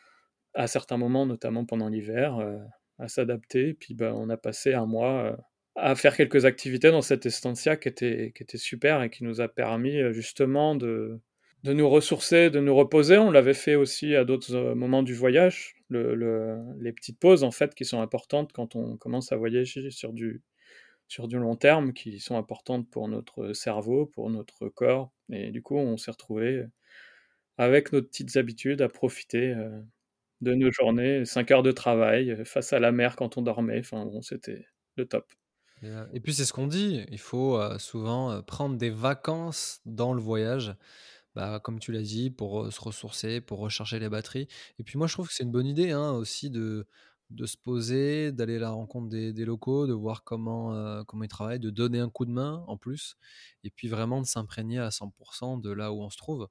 à certains moments, notamment pendant l'hiver, heu, à s'adapter. Puis, bah, on a passé un mois, heu, à faire quelques activités dans cette estancia qui était qui était super et qui nous a permis, heu, justement de de nous ressourcer, de nous reposer. On l'avait fait aussi à d'autres, heu, moments du voyage. Le le les petites pauses, en fait, qui sont importantes quand on commence à voyager sur du sur du long terme, qui sont importantes pour notre cerveau, pour notre corps et du coup, on s'est retrouvés, avec nos petites habitudes, à profiter, heu, de nos journées, cinq heures de travail, heu, face à la mer quand on dormait. Enfin bon, c'était le top. Et heu et puis c'est ce qu'on dit, il faut, heu, souvent, heu, prendre des vacances dans le voyage. Bah, comme tu l'as dit, pour, heu, se ressourcer, pour recharger les batteries et puis moi je trouve que c'est une bonne idée, hein, aussi de de se poser, d'aller à la rencontre des des locaux, de voir comment, heu, comment ils travaillent, de donner un coup de main en plus et puis vraiment de s'imprégner à cent de là où on se trouve.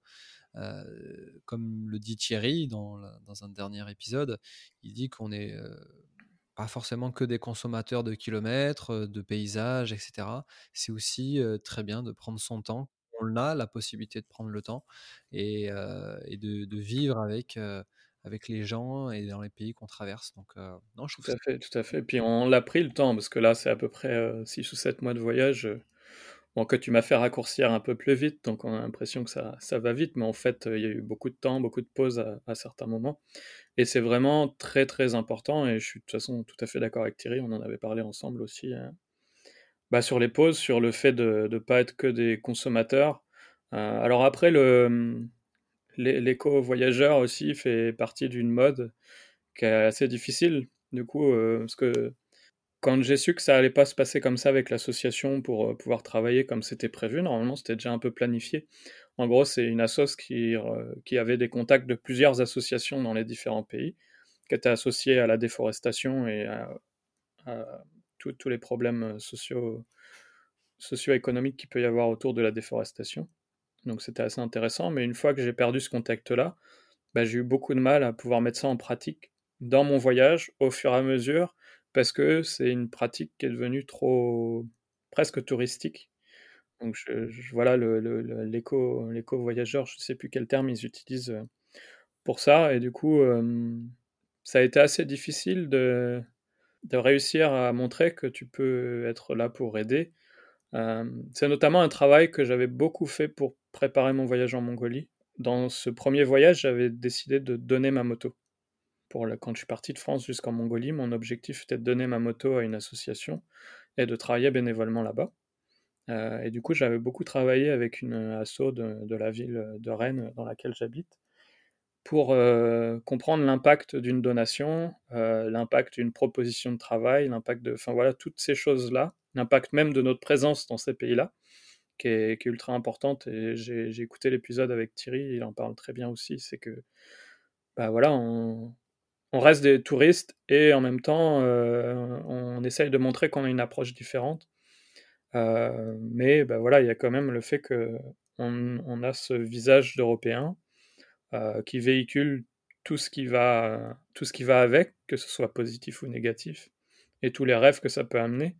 Heu, comme le dit Thierry dans la dans un dernier épisode, il dit qu'on est, heu, pas forcément que des consommateurs de kilomètres, heu, de paysages et cetera. C'est aussi, heu, très bien de prendre son temps. On a la possibilité de prendre le temps et heu et de de vivre avec, heu, avec les gens et dans les pays qu'on traverse. Donc, euh, non, je trouve Tout ça. à fait, tout à fait. Puis on l'a pris le temps, parce que là, c'est à peu près euh, six ou sept mois de voyage. euh, Bon, que tu m'as fait raccourcir un peu plus vite, donc on a l'impression que ça, ça va vite, mais en fait, euh, il y a eu beaucoup de temps, beaucoup de pauses à, à certains moments. Et c'est vraiment très, très important, et je suis de toute façon tout à fait d'accord avec Thierry, on en avait parlé ensemble aussi, euh, bah, sur les pauses, sur le fait de ne pas être que des consommateurs. Euh, alors après, le, l'é- l'éco-voyageur aussi fait partie d'une mode qui est assez difficile, du coup, euh, parce que quand j'ai su que ça allait pas se passer comme ça avec l'association pour euh, pouvoir travailler comme c'était prévu, normalement c'était déjà un peu planifié. En gros, c'est une assoce qui, euh, qui avait des contacts de plusieurs associations dans les différents pays, qui étaient associées à la déforestation et à, à tous tous les problèmes sociaux, socio-économiques qu'il peut y avoir autour de la déforestation. Donc c'était assez intéressant, mais une fois que j'ai perdu ce contact-là, bah, j'ai eu beaucoup de mal à pouvoir mettre ça en pratique dans mon voyage au fur et à mesure, parce que c'est une pratique qui est devenue trop presque touristique. Donc je, je- voilà, le, le- le- l'éco, l'éco-voyageur, je ne sais plus quel terme ils utilisent euh, pour ça, et du coup, euh, ça a été assez difficile de, de réussir à montrer que tu peux être là pour aider. Euh, c'est notamment un travail que j'avais beaucoup fait pour préparer mon voyage en Mongolie. Dans ce premier voyage, j'avais décidé de donner ma moto. Pour la- quand je suis parti de France jusqu'en Mongolie, mon objectif était de donner ma moto à une association et de travailler bénévolement là-bas. Euh, et du coup, j'avais beaucoup travaillé avec une asso de, de la ville de Rennes dans laquelle j'habite pour euh, comprendre l'impact d'une donation, euh, l'impact d'une proposition de travail, l'impact de, enfin voilà, toutes ces choses-là, l'impact même de notre présence dans ces pays-là, qui est, qui est ultra importante. Et j'ai, j'ai écouté l'épisode avec Thierry, il en parle très bien aussi. C'est que, bah voilà, on, on reste des touristes et en même temps, euh, on essaye de montrer qu'on a une approche différente. Euh, mais bah voilà, il y a quand même le fait que on, on a ce visage d'Européen euh, qui véhicule tout ce qui va, tout ce qui va avec, que ce soit positif ou négatif, et tous les rêves que ça peut amener.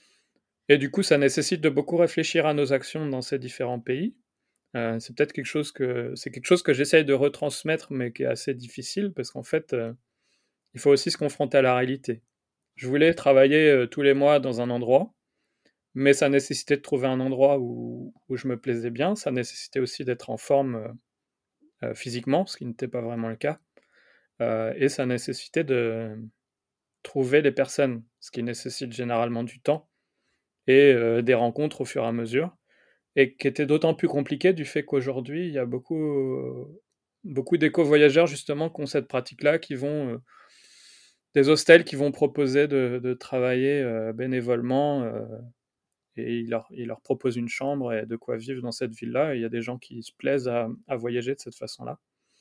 Et du coup, ça nécessite de beaucoup réfléchir à nos actions dans ces différents pays. Euh, c'est peut-être quelque chose que c'est quelque chose que j'essaye de retransmettre, mais qui est assez difficile parce qu'en fait, euh, il faut aussi se confronter à la réalité. Je voulais travailler euh, tous les mois dans un endroit, mais ça nécessitait de trouver un endroit où, où je me plaisais bien. Ça nécessitait aussi d'être en forme euh, euh, physiquement, ce qui n'était pas vraiment le cas. Euh, et ça nécessitait de trouver les personnes, ce qui nécessite généralement du temps et euh, des rencontres au fur et à mesure, et qui était d'autant plus compliqué du fait qu'aujourd'hui, il y a beaucoup, euh, beaucoup d'éco-voyageurs justement qui ont cette pratique-là, qui vont, euh, des hostels qui vont proposer de, de travailler euh, bénévolement, euh, et ils leur, ils leur proposent une chambre et de quoi vivre dans cette ville-là, et il y a des gens qui se plaisent à, à voyager de cette façon-là.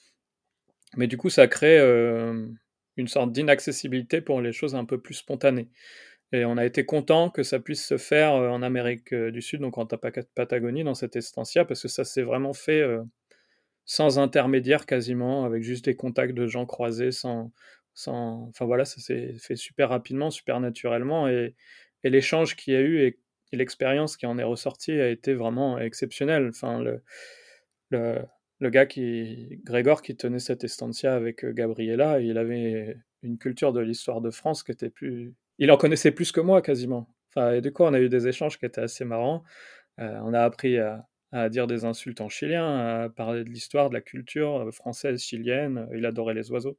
Mais du coup, ça crée euh, une sorte d'inaccessibilité pour les choses un peu plus spontanées. Et on a été content que ça puisse se faire euh, en Amérique euh, du Sud, donc en Patagonie, dans cette estancia, parce que ça s'est vraiment fait euh, sans intermédiaire quasiment, avec juste des contacts de gens croisés, sans, sans... Enfin voilà, ça s'est fait super rapidement, super naturellement, et, et l'échange qu'il y a eu et, et l'expérience qui en est ressortie a été vraiment exceptionnelle. Enfin, le, le, le gars qui, Grégor, qui tenait cette estancia avec euh, Gabriella, il avait une culture de l'histoire de France qui était plus... Il en connaissait plus que moi quasiment. Enfin, et du coup, on a eu des échanges qui étaient assez marrants. Euh, on a appris à, à dire des insultes en chilien, à parler de l'histoire, de la culture euh, française, chilienne. Il adorait les oiseaux.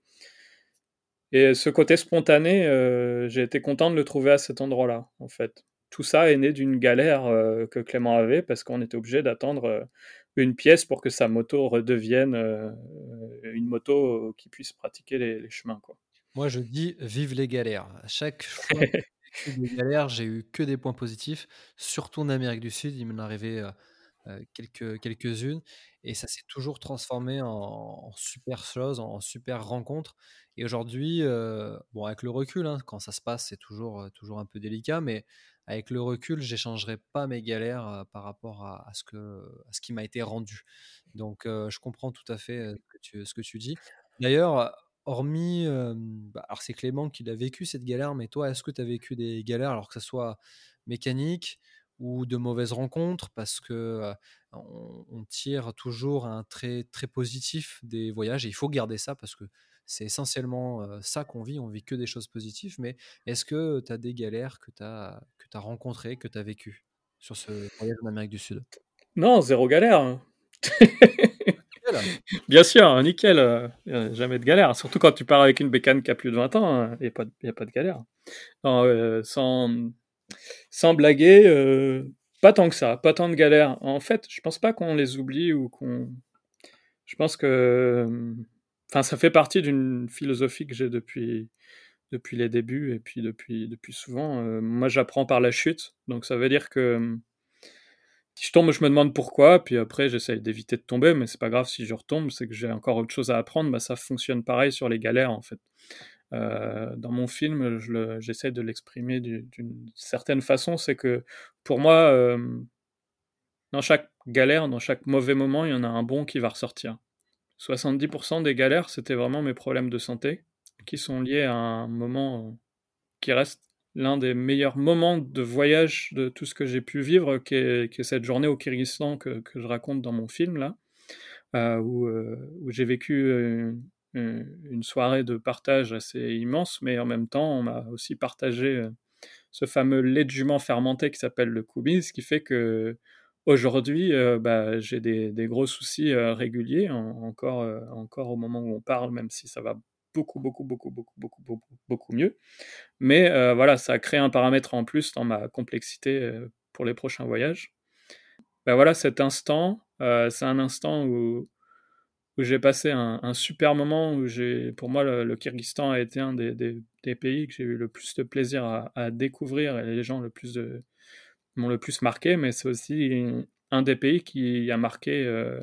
Et ce côté spontané, euh, j'ai été content de le trouver à cet endroit-là, en fait. Tout ça est né d'une galère euh, que Clément avait parce qu'on était obligé d'attendre euh, une pièce pour que sa moto redevienne euh, une moto qui puisse pratiquer les, les chemins, quoi. Moi, je dis vive les galères. À chaque fois que j'ai vécu des galères, j'ai eu que des points positifs, surtout en Amérique du Sud. Il m'en est arrivé euh, euh, quelques, quelques-unes et ça s'est toujours transformé en, en super chose, en super rencontre. Et aujourd'hui, euh, bon, avec le recul, hein, quand ça se passe, c'est toujours, euh, toujours un peu délicat, mais avec le recul, j'échangerai pas mes galères euh, par rapport à, à ce que, à ce qui m'a été rendu. Donc, euh, je comprends tout à fait euh, ce que tu, ce que tu dis. D'ailleurs, hormis, hem, bah, alors c'est Clément qui l'a vécu cette galère, mais toi, est-ce que tu as vécu des galères, alors que ça soit mécanique ou de mauvaises rencontres? Parce que, heu, on on tire toujours un trait très positif des voyages et il faut garder ça parce que c'est essentiellement euh, ça qu'on vit, on vit que des choses positives, mais est-ce que tu as des galères que tu as que tu rencontrées, que tu as vécues sur ce voyage en Amérique du Sud? Non, zéro galère, hein. Nickel. Bien sûr, hein, nickel, euh, euh, jamais de galère. Surtout quand tu pars avec une bécane qui a plus de vingt ans, il n'y a, pas de- y a pas de galère. Non, euh, sans, sans blaguer, euh, pas tant que ça, pas tant de galères. En fait, je pense pas qu'on les oublie ou qu'on. Je pense que. Enfin, ça fait partie d'une philosophie que j'ai depuis, depuis les débuts et puis depuis, depuis souvent. Euh, moi, j'apprends par la chute. Donc, ça veut dire que si je tombe, je me demande pourquoi, puis après j'essaye d'éviter de tomber, mais c'est pas grave si je retombe, c'est que j'ai encore autre chose à apprendre. Bah, ça fonctionne pareil sur les galères en fait. Euh, dans mon film, je le, j'essaie de l'exprimer du, d'une certaine façon, c'est que pour moi, euh, dans chaque galère, dans chaque mauvais moment, il y en a un bon qui va ressortir. soixante-dix pour cent des galères, c'était vraiment mes problèmes de santé, qui sont liés à un moment qui reste l'un des meilleurs moments de voyage de tout ce que j'ai pu vivre, qui est, qui est cette journée au Kyrgyzstan que, que je raconte dans mon film, là, euh, où, euh, où j'ai vécu une, une soirée de partage assez immense, mais en même temps, on m'a aussi partagé euh, ce fameux lait de jument fermenté qui s'appelle le koubis, ce qui fait que aujourd'hui, euh, bah, j'ai des, des gros soucis euh, réguliers, en- encore, euh, encore au moment où on parle, même si ça va beaucoup, beaucoup, beaucoup, beaucoup, beaucoup, beaucoup, beaucoup mieux. Mais euh, voilà, ça a créé un paramètre en plus dans ma complexité euh, pour les prochains voyages. Ben voilà, cet instant, euh, c'est un instant où, où j'ai passé un, un super moment, où j'ai, pour moi, le, le Kyrgyzstan a été un des, des, des pays que j'ai eu le plus de plaisir à, à découvrir et les gens le plus de, m'ont le plus marqué, mais c'est aussi un des pays qui a marqué euh,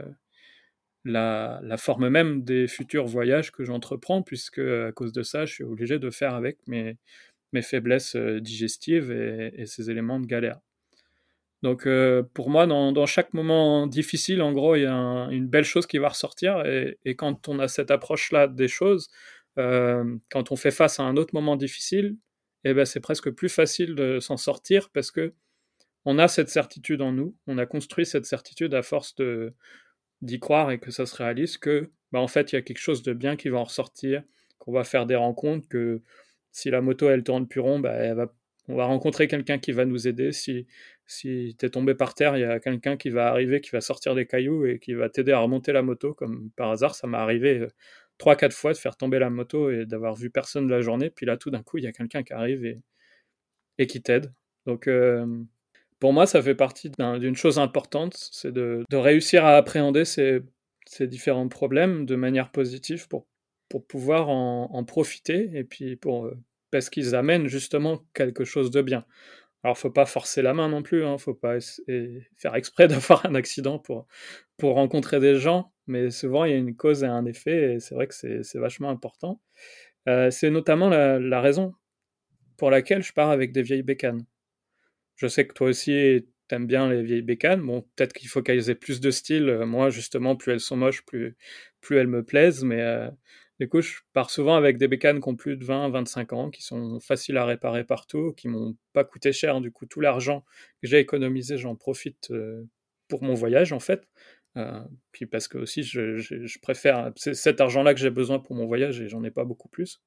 la, la forme même des futurs voyages que j'entreprends, puisque à cause de ça, je suis obligé de faire avec mes, mes faiblesses euh, digestives et, et ces éléments de galère. Donc euh, pour moi, dans, dans, chaque moment difficile, en gros, il y a un, une belle chose qui va ressortir. Et, et quand on a cette approche-là des choses, euh, quand on fait face à un autre moment difficile, eh ben, c'est presque plus facile de s'en sortir parce que on a cette certitude en nous, on a construit cette certitude à force de, d'y croire et que ça se réalise que, bah, en fait, il y a quelque chose de bien qui va en ressortir, qu'on va faire des rencontres, que si la moto elle tourne plus rond, bah, elle va, on va rencontrer quelqu'un qui va nous aider. Si, si tu es tombé par terre, il y a quelqu'un qui va arriver, qui va sortir des cailloux et qui va t'aider à remonter la moto. Comme par hasard, ça m'est arrivé euh, trois, quatre fois de faire tomber la moto et d'avoir vu personne de la journée. Puis là, tout d'un coup, il y a quelqu'un qui arrive et, et qui t'aide. Donc, euh, pour moi, ça fait partie d'un, d'une chose importante, c'est de, de réussir à appréhender ces, ces, différents problèmes de manière positive pour, pour pouvoir en, en profiter et puis pour, parce qu'ils amènent justement quelque chose de bien. Alors, faut pas forcer la main non plus, hein, faut pas faire exprès d'avoir un accident pour, pour rencontrer des gens, mais souvent il y a une cause et un effet, et c'est vrai que c'est, c'est vachement important. Euh, c'est notamment la, la raison pour laquelle je pars avec des vieilles bécanes. Je sais que toi aussi, t'aimes bien les vieilles bécanes. Bon, peut-être qu'il faut qu'elles aient plus de style. Euh, Moi, justement, plus elles sont moches, plus, plus elles me plaisent. Mais euh, du coup, je pars souvent avec des bécanes qui ont plus de vingt, vingt-cinq ans, qui sont faciles à réparer partout, qui m'ont pas coûté cher. Du coup, tout l'argent que j'ai économisé, j'en profite euh, pour mon voyage, en fait. Euh, puis parce que aussi, je, je, je préfère... C'est cet argent-là que j'ai besoin pour mon voyage et j'en ai pas beaucoup plus.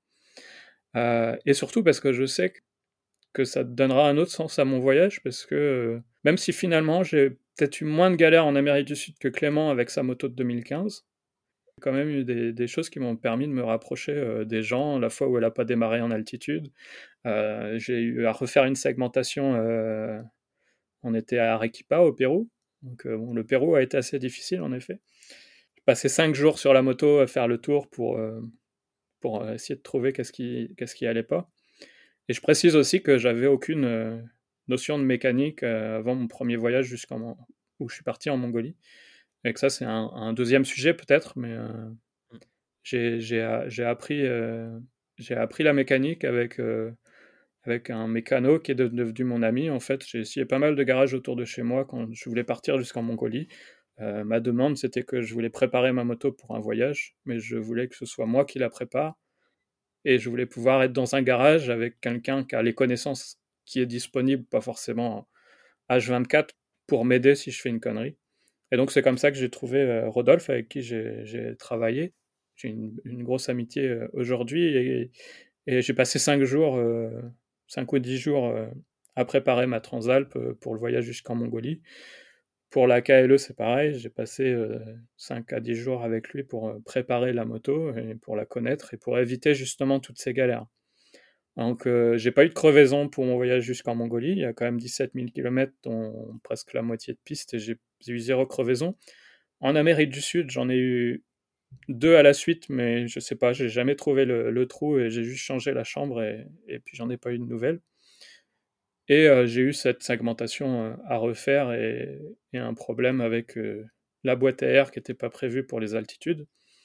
Euh, et surtout parce que je sais que que ça donnera un autre sens à mon voyage parce que euh, même si finalement j'ai peut-être eu moins de galères en Amérique du Sud que Clément avec sa moto de deux mille quinze, j'ai quand même eu des, des choses qui m'ont permis de me rapprocher euh, des gens, la fois où elle n'a pas démarré en altitude. Euh, j'ai eu à refaire une segmentation, euh, on était à Arequipa au Pérou, donc euh, bon, le Pérou a été assez difficile en effet. J'ai passé cinq jours sur la moto à faire le tour pour, euh, pour essayer de trouver qu'est-ce qui, qu'est-ce qui allait pas. Et je précise aussi que j'avais aucune euh, notion de mécanique euh, avant mon premier voyage jusqu'en où je suis parti en Mongolie. Et que ça, c'est un, un deuxième sujet peut-être, mais euh, j'ai, j'ai, j'ai appris, euh, j'ai appris la mécanique avec, euh, avec un mécano qui est de- devenu mon ami. En fait, j'ai essayé pas mal de garages autour de chez moi quand je voulais partir jusqu'en Mongolie. Euh, ma demande, c'était que je voulais préparer ma moto pour un voyage, mais je voulais que ce soit moi qui la prépare et je voulais pouvoir être dans un garage avec quelqu'un qui a les connaissances qui est disponible, pas forcément H vingt-quatre, pour m'aider si je fais une connerie. Et donc c'est comme ça que j'ai trouvé euh, Rodolphe, avec qui j'ai, j'ai travaillé. j'ai une, une grosse amitié euh, aujourd'hui et, et j'ai passé cinq jours, euh, cinq ou dix jours euh, à préparer ma Transalp euh, pour le voyage jusqu'en Mongolie. Pour la K L E, c'est pareil, j'ai passé euh, cinq à dix jours avec lui pour euh, préparer la moto et pour la connaître et pour éviter justement toutes ces galères. Donc, euh, j'ai pas eu de crevaison pour mon voyage jusqu'en Mongolie. Il y a quand même dix-sept mille kilomètres, dont presque la moitié de piste, et j'ai j'ai eu zéro crevaison. En Amérique du Sud, j'en ai eu deux à la suite, mais je sais pas, j'ai jamais trouvé le, le trou et j'ai juste changé la chambre et, et puis j'en ai pas eu de nouvelles. Et euh, j'ai eu cette segmentation euh, à refaire et, et un problème avec euh, la boîte à air qui n'était pas prévue pour les altitudes.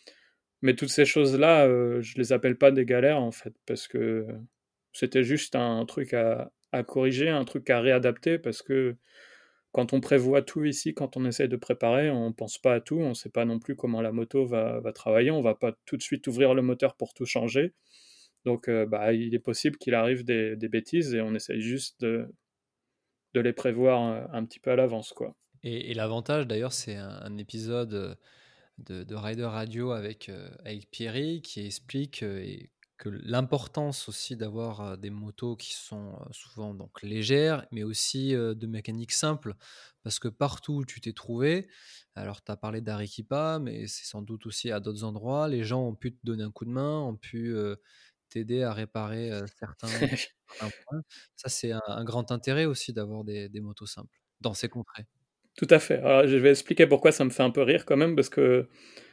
Mais toutes ces choses-là, euh, je les appelle pas des galères en fait, parce que c'était juste un truc à, à corriger, un truc à réadapter, parce que quand on prévoit tout ici, quand on essaie de préparer, on pense pas à tout, on sait pas non plus comment la moto va, va travailler, on va pas tout de suite ouvrir le moteur pour tout changer. Donc euh, bah, il est possible qu'il arrive des, des bêtises et on essaye juste de, de les prévoir un, un petit peu à l'avance, quoi. Et, et l'avantage d'ailleurs, c'est un, un épisode euh, de, de Rider Radio avec, euh, avec Pierry qui explique euh, et que l'importance aussi d'avoir euh, des motos qui sont euh, souvent donc légères, mais aussi euh, de mécanique simple, parce que partout où tu t'es trouvé, alors tu as parlé d'Arequipa, mais c'est sans doute aussi à d'autres endroits, les gens ont pu te donner un coup de main, ont pu euh, t'aider à réparer euh, certains, certains points. Ça, c'est un, un grand intérêt aussi d'avoir des, des motos simples dans ces contrées. Tout à fait. Alors, je vais expliquer pourquoi ça me fait un peu rire quand même, parce que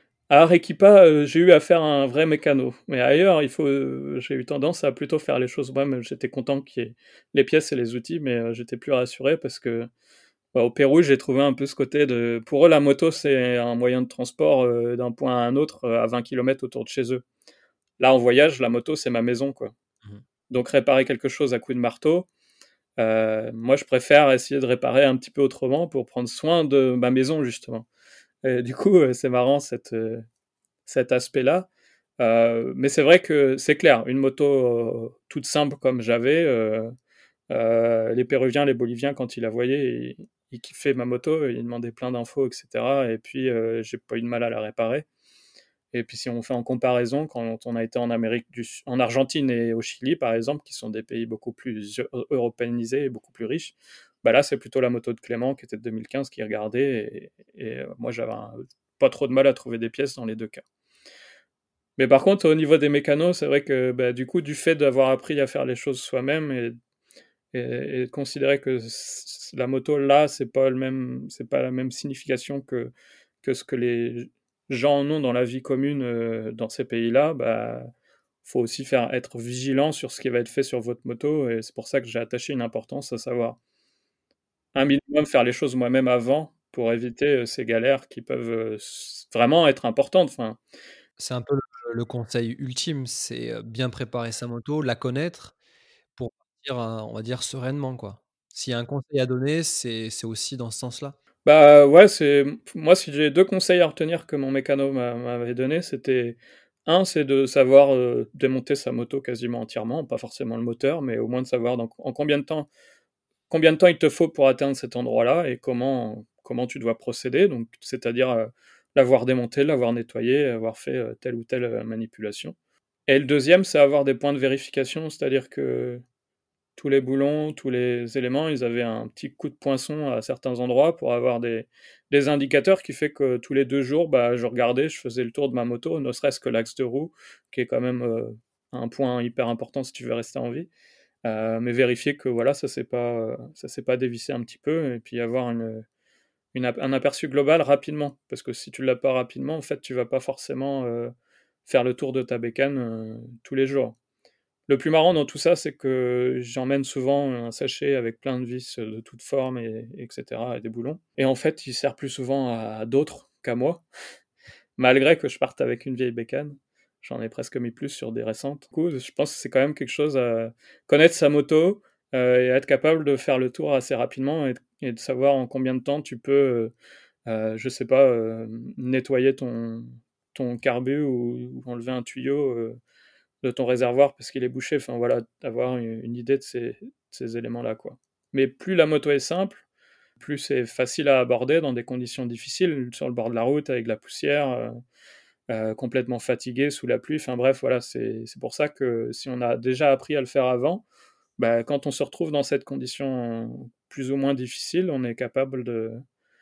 à Arequipa, euh, j'ai eu affaire à un vrai mécano. Mais ailleurs, il faut, euh, j'ai eu tendance à plutôt faire les choses moi-même. J'étais content qu'il y ait les pièces et les outils, mais euh, j'étais plus rassuré parce que bah, au Pérou, j'ai trouvé un peu ce côté de... Pour eux, la moto, c'est un moyen de transport euh, d'un point à un autre euh, à vingt kilomètres autour de chez eux. Là, en voyage, la moto, c'est ma maison, quoi. Mhm. Donc réparer quelque chose à coup de marteau, euh, moi, je préfère essayer de réparer un petit peu autrement pour prendre soin de ma maison, justement. Et du coup, euh, c'est marrant cette, euh, cet aspect-là. Euh, mais c'est vrai que c'est clair, une moto euh, toute simple comme j'avais, euh, euh, les Péruviens, les Boliviens, quand ils la voyaient, ils, ils kiffaient ma moto, ils demandaient plein d'infos, et cetera. Et puis, euh, j'ai pas eu de mal à la réparer. Et puis, si on fait en comparaison, quand on a été en Amérique du Sud, en Argentine et au Chili, par exemple, qui sont des pays beaucoup plus eu- européanisés et beaucoup plus riches, bah là, c'est plutôt la moto de Clément qui était de deux mille quinze qui regardait. Et, et, euh, moi, j'avais un- pas trop de mal à trouver des pièces dans les deux cas. Mais par contre, au niveau des mécanos, c'est vrai que bah, du coup, du fait d'avoir appris à faire les choses soi-même et, et, et de considérer que c- la moto là, c'est pas le même, c'est pas la même signification que que ce que les gens en ont dans la vie commune euh, dans ces pays-là, bah faut aussi faire être vigilant sur ce qui va être fait sur votre moto et c'est pour ça que j'ai attaché une importance à savoir un minimum faire les choses moi-même avant pour éviter euh, ces galères qui peuvent euh, s- vraiment être importantes. Enfin, C'est un peu le, le conseil ultime, c'est euh, bien préparer sa moto, la connaître pour partir, euh, on va dire, sereinement, quoi. S'il y a un conseil à donner, c'est c'est aussi dans ce sens-là. bah, ouais, c'est moi, si j'ai deux conseils à retenir que mon mécano m'a m'avait donné, c'était un, c'est de savoir, heu, démonter sa moto quasiment entièrement, pas forcément le moteur, mais au moins de savoir dans en combien de temps combien de temps il te faut pour atteindre cet endroit-là et comment comment tu dois procéder. Donc c'est-à-dire, heu, l'avoir démonté, l'avoir nettoyé, avoir fait, heu, telle ou telle, heu, manipulation. Et le deuxième, c'est avoir des points de vérification, c'est-à-dire que tous les boulons, tous les éléments, ils avaient un petit coup de poinçon à certains endroits pour avoir des, des indicateurs qui fait que tous les deux jours, bah, je regardais, je faisais le tour de ma moto, ne serait-ce que l'axe de roue, qui est quand même euh, un point hyper important si tu veux rester en vie. Euh, mais vérifier que voilà, ça s'est pas, euh, ça s'est pas dévissé un petit peu, et puis avoir une, une ap- un aperçu global rapidement. Parce que si tu l'as pas rapidement, en fait, tu vas pas forcément euh, faire le tour de ta bécane euh, tous les jours. Le plus marrant dans tout ça, c'est que j'emmène souvent un sachet avec plein de vis de toutes formes, et, etc., et des boulons. Et en fait, il sert plus souvent à d'autres qu'à moi, malgré que je parte avec une vieille bécane. J'en ai presque mis plus sur des récentes. Du coup, je pense que c'est quand même quelque chose à connaître sa moto euh, et être capable de faire le tour assez rapidement et, et de savoir en combien de temps tu peux, euh, je sais pas, euh, nettoyer ton, ton carbu ou, ou enlever un tuyau. Euh, de ton réservoir parce qu'il est bouché. Enfin voilà, d'avoir une, une idée de ces, de ces éléments-là, quoi. Mais plus la moto est simple, plus c'est facile à aborder dans des conditions difficiles, sur le bord de la route avec de la poussière. euh, euh, complètement fatigué sous la pluie. Enfin bref, voilà, c'est, c'est pour ça que si on a déjà appris à le faire avant, bah, quand on se retrouve dans cette condition plus ou moins difficile, on est capable de,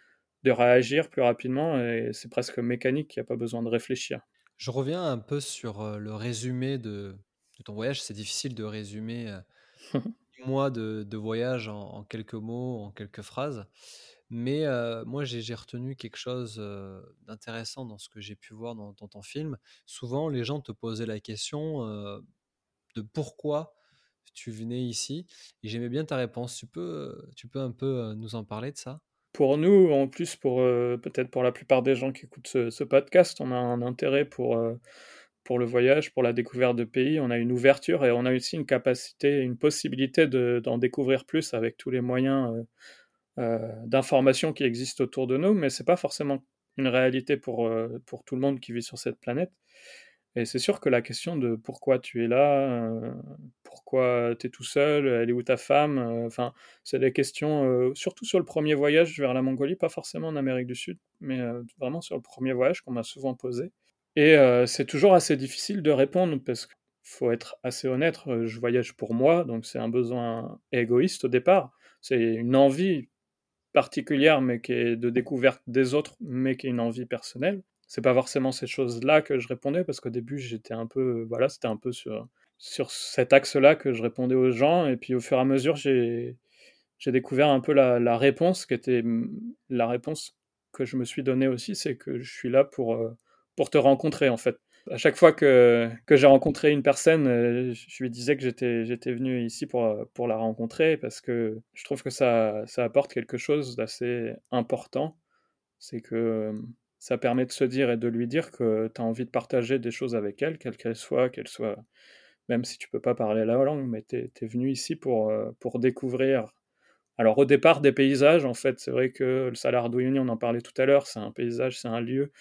de réagir plus rapidement et c'est presque mécanique, il n'y a pas besoin de réfléchir. Je reviens un peu sur euh, le résumé de, de ton voyage. C'est difficile de résumer euh, six mois de, de voyage en, en quelques mots, en quelques phrases. Mais euh, moi, j'ai j'ai retenu quelque chose euh, d'intéressant dans ce que j'ai pu voir dans, dans ton film. Souvent, les gens te posaient la question euh, de pourquoi tu venais ici. Et j'aimais bien ta réponse. Tu peux, tu peux un peu euh, nous en parler de ça? Pour nous, en plus, pour euh, peut-être pour la plupart des gens qui écoutent ce, ce podcast, on a un intérêt pour, euh, pour le voyage, pour la découverte de pays. On a une ouverture et on a aussi une capacité, une possibilité de, d'en découvrir plus avec tous les moyens euh, euh, d'information qui existent autour de nous, mais c'est pas forcément une réalité pour, euh, pour tout le monde qui vit sur cette planète. Et c'est sûr que la question de pourquoi tu es là, euh, pourquoi tu es tout seul, elle est où ta femme, euh, enfin, c'est des questions, euh, surtout sur le premier voyage vers la Mongolie, pas forcément en Amérique du Sud, mais euh, vraiment sur le premier voyage qu'on m'a souvent posé. Et euh, c'est toujours assez difficile de répondre parce qu'il faut être assez honnête, euh, je voyage pour moi, donc c'est un besoin égoïste au départ, c'est une envie particulière, mais qui est de découverte des autres, mais qui est une envie personnelle. C'est pas forcément ces choses-là que je répondais, parce qu'au début, j'étais un peu, voilà, c'était un peu sur, sur cet axe-là que je répondais aux gens, et puis au fur et à mesure, j'ai, j'ai découvert un peu la, la réponse qui était la réponse que je me suis donnée aussi, c'est que je suis là pour, euh, pour te rencontrer, en fait. À chaque fois que, que j'ai rencontré une personne, euh, je lui disais que j'étais, j'étais venu ici pour, euh, pour la rencontrer parce que je trouve que ça, ça apporte quelque chose d'assez important. C'est que euh, ça permet de se dire et de lui dire que tu as envie de partager des choses avec elle, quelle qu'elle soit, qu'elle soit, même si tu peux pas parler la langue, mais tu es venu ici pour, euh, pour découvrir. Alors au départ des paysages, en fait, c'est vrai que le Salar d'Uyuni, on en parlait tout à l'heure, c'est un paysage, c'est un lieu,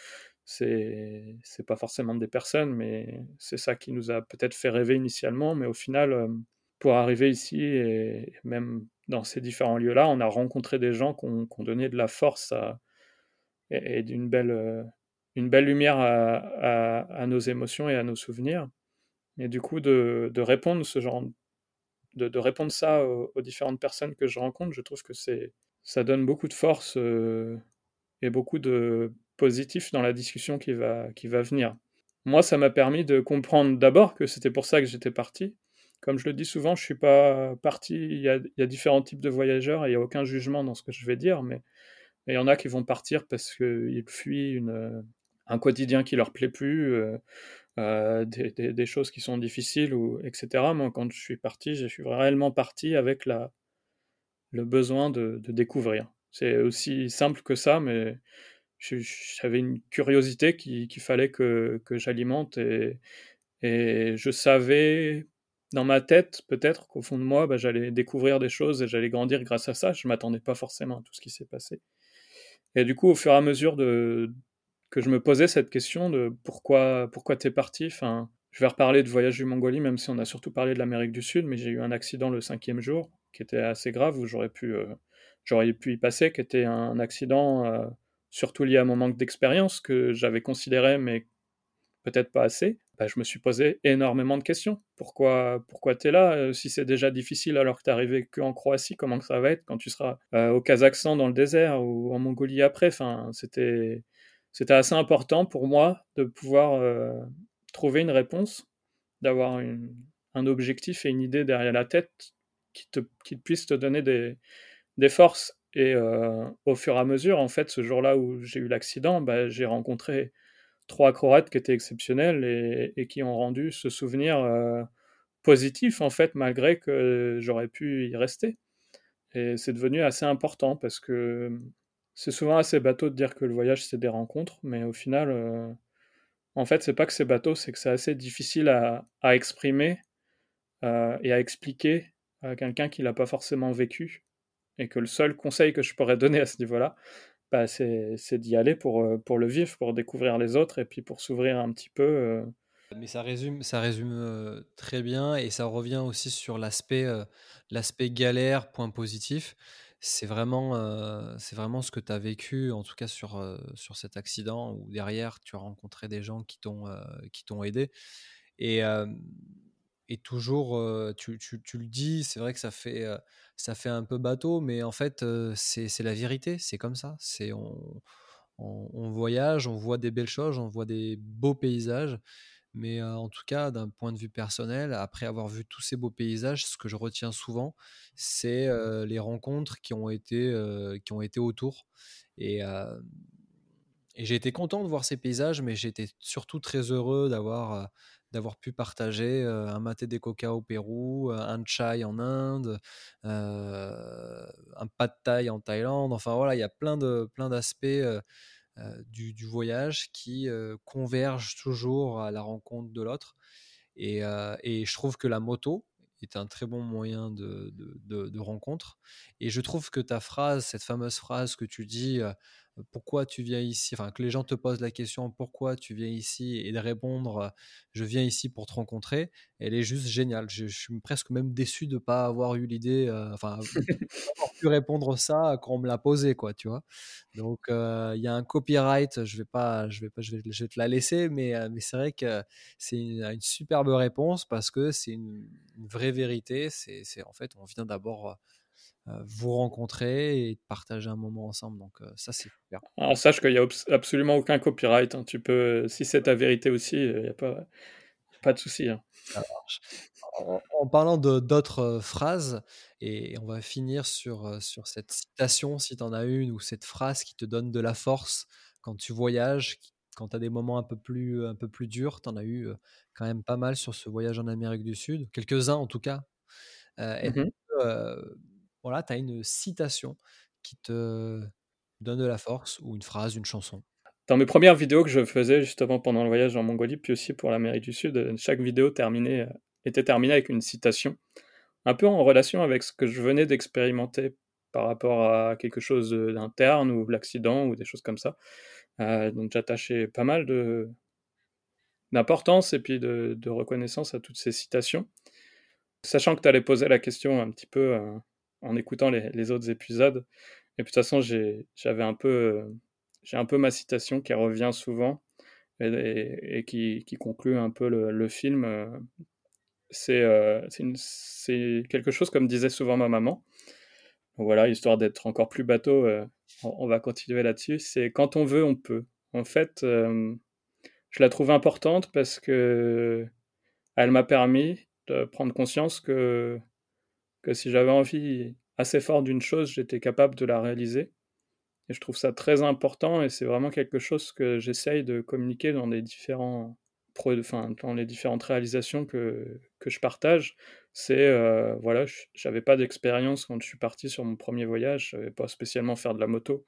c'est c'est pas forcément des personnes, mais c'est ça qui nous a peut-être fait rêver initialement. Mais au final, euh, pour arriver ici et même dans ces différents lieux-là, on a rencontré des gens qui ont, qui ont donné de la force à, et, et d'une belle, euh, une belle lumière à, à, à nos émotions et à nos souvenirs. Et du coup, de, de répondre ce genre, de, de répondre ça aux, aux, différentes personnes que je rencontre, je trouve que c'est, ça donne beaucoup de force euh, et beaucoup de positif dans la discussion qui va, qui va venir. Moi, ça m'a permis de comprendre d'abord que c'était pour ça que j'étais parti. Comme je le dis souvent, je suis pas parti. Il y a, il y a différents types de voyageurs et il n'y a aucun jugement dans ce que je vais dire, mais il y en a qui vont partir parce qu'ils fuient une, un quotidien qui leur plaît plus, euh, euh, des, des, des, choses qui sont difficiles, ou, et cetera. Moi, quand je suis parti, je suis réellement parti avec la, le besoin de, de découvrir. C'est aussi simple que ça, mais j'avais une curiosité qu'il qui fallait que, que j'alimente et, et je savais dans ma tête peut-être qu'au fond de moi bah, j'allais découvrir des choses et j'allais grandir grâce à ça. Je m'attendais pas forcément à tout ce qui s'est passé. Et du coup, au fur et à mesure de, que je me posais cette question de pourquoi, pourquoi t'es parti, enfin, je vais reparler de voyage du Mongolie, même si on a surtout parlé de l'Amérique du Sud, mais j'ai eu un accident le cinquième jour qui était assez grave où j'aurais pu, euh, j'aurais pu y passer, qui était un accident euh, surtout lié à mon manque d'expérience que j'avais considéré, mais peut-être pas assez. Bah, je me suis posé énormément de questions. Pourquoi, pourquoi tu es là euh, si c'est déjà difficile alors que tu arrivé qu'en Croatie, comment que ça va être quand tu seras euh, au Kazakhstan dans le désert ou en Mongolie après. Enfin, c'était, c'était assez important pour moi de pouvoir euh, trouver une réponse, d'avoir une, un objectif et une idée derrière la tête qui, te, qui puisse te donner des, des forces. Et euh, au fur et à mesure, en fait, ce jour-là où j'ai eu l'accident, bah, j'ai rencontré trois Croates qui étaient exceptionnels et, et qui ont rendu ce souvenir euh, positif, en fait, malgré que j'aurais pu y rester. Et c'est devenu assez important parce que c'est souvent assez bateau de dire que le voyage, c'est des rencontres, mais au final, euh, en fait, c'est pas que c'est bateau, c'est que c'est assez difficile à, à exprimer euh, et à expliquer à quelqu'un qui l'a pas forcément vécu. Et que le seul conseil que je pourrais donner à ce niveau-là, bah, c'est, c'est d'y aller pour, euh, pour le vivre, pour découvrir les autres et puis pour s'ouvrir un petit peu. euh. Mais ça résume, ça résume euh, très bien et ça revient aussi sur l'aspect euh, l'aspect galère, point positif. c'est vraiment, heu, c'est vraiment ce que tu as vécu, en tout cas sur, heu, sur cet accident où derrière tu as rencontré des gens qui t'ont, heu, qui t'ont aidé et hem et toujours, heu, tu tu tu le dis, c'est vrai que ça fait, heu, ça fait un peu bateau, mais en fait, heu, c'est c'est la vérité, c'est comme ça. C'est on on on voyage, on voit des belles choses, on voit des beaux paysages, mais, heu, en tout cas, d'un point de vue personnel, après avoir vu tous ces beaux paysages, ce que je retiens souvent, c'est, heu, les rencontres qui ont été, heu, qui ont été autour et hem et j'ai été content de voir ces paysages, mais j'étais surtout très heureux d'avoir, heu, d'avoir pu partager, heu, un maté des coca au Pérou, heu, un chai en Inde, heu, un pad thai en Thaïlande. Enfin voilà, il y a plein de plein d'aspects, heu heu, du du voyage qui, heu, convergent toujours à la rencontre de l'autre et heu et je trouve que la moto est un très bon moyen de de de de rencontre et je trouve que ta phrase, cette fameuse phrase que tu dis, heu: «Pourquoi tu viens ici?» enfin, que les gens te posent la question: «Pourquoi tu viens ici?» et de répondre, heu: «Je viens ici pour te rencontrer», elle est juste géniale. Je je suis presque même déçu de ne pas avoir eu l'idée, heu, enfin, avoir pu répondre ça quand on me l'a posé quoi, tu vois? Donc heu, il y a un copyright, je vais pas je vais pas je vais je vais te la laisser, mais heu, mais c'est vrai que c'est une une superbe réponse parce que c'est une une vraie vérité. C'est c'est en fait, on vient d'abord, heu, vous rencontrer et partager un moment ensemble donc heu, ça, c'est super. Alors sache qu'il y a obs absolument aucun copyright, hein. Tu peux si c'est ta vérité aussi, il y a pas pas de souci, hein. Ça marche. En en parlant de d'autres, heu, phrases et on va finir sur, heu, sur cette citation si tu en as une ou cette phrase qui te donne de la force quand tu voyages, qui quand tu as des moments un peu plus, un peu plus durs, tu en as eu, heu, quand même pas mal sur ce voyage en Amérique du Sud, quelques-uns en tout cas. Heu, est-ce Mmh. que, heu, voilà, tu as une citation qui te donne de la force ou une phrase, une chanson? Dans mes premières vidéos que je faisais justement pendant le voyage en Mongolie, puis aussi pour l'Amérique du Sud, heu, chaque vidéo terminait, heu, était terminée avec une citation, un peu en relation avec ce que je venais d'expérimenter par rapport à quelque chose, heu, d'interne ou l'accident ou des choses comme ça. Heu, donc j'attachais pas mal de d'importance et puis de de reconnaissance à toutes ces citations. Sachant que tu allais poser la question un petit peu, heu, en écoutant les les autres épisodes et puis de toute façon j'ai j'avais un peu, heu, j'ai un peu ma citation qui revient souvent et et et qui qui conclut un peu le le film, heu, c'est, heu, c'est une c'est quelque chose comme disait souvent ma maman. Donc voilà, histoire d'être encore plus bateau, heu, on on va continuer là-dessus. C'est: «Quand on veut, on peut». En fait, hem, je la trouve importante parce qu'elle m'a permis de prendre conscience que que si j'avais envie assez fort d'une chose, j'étais capable de la réaliser et je trouve ça très important et c'est vraiment quelque chose que j'essaye de communiquer dans les différents pro enfin, dans les différentes réalisations que que je partage. C'est, heu, voilà, j j'avais pas d'expérience quand je suis parti sur mon premier voyage, je savais pas spécialement faire de la moto.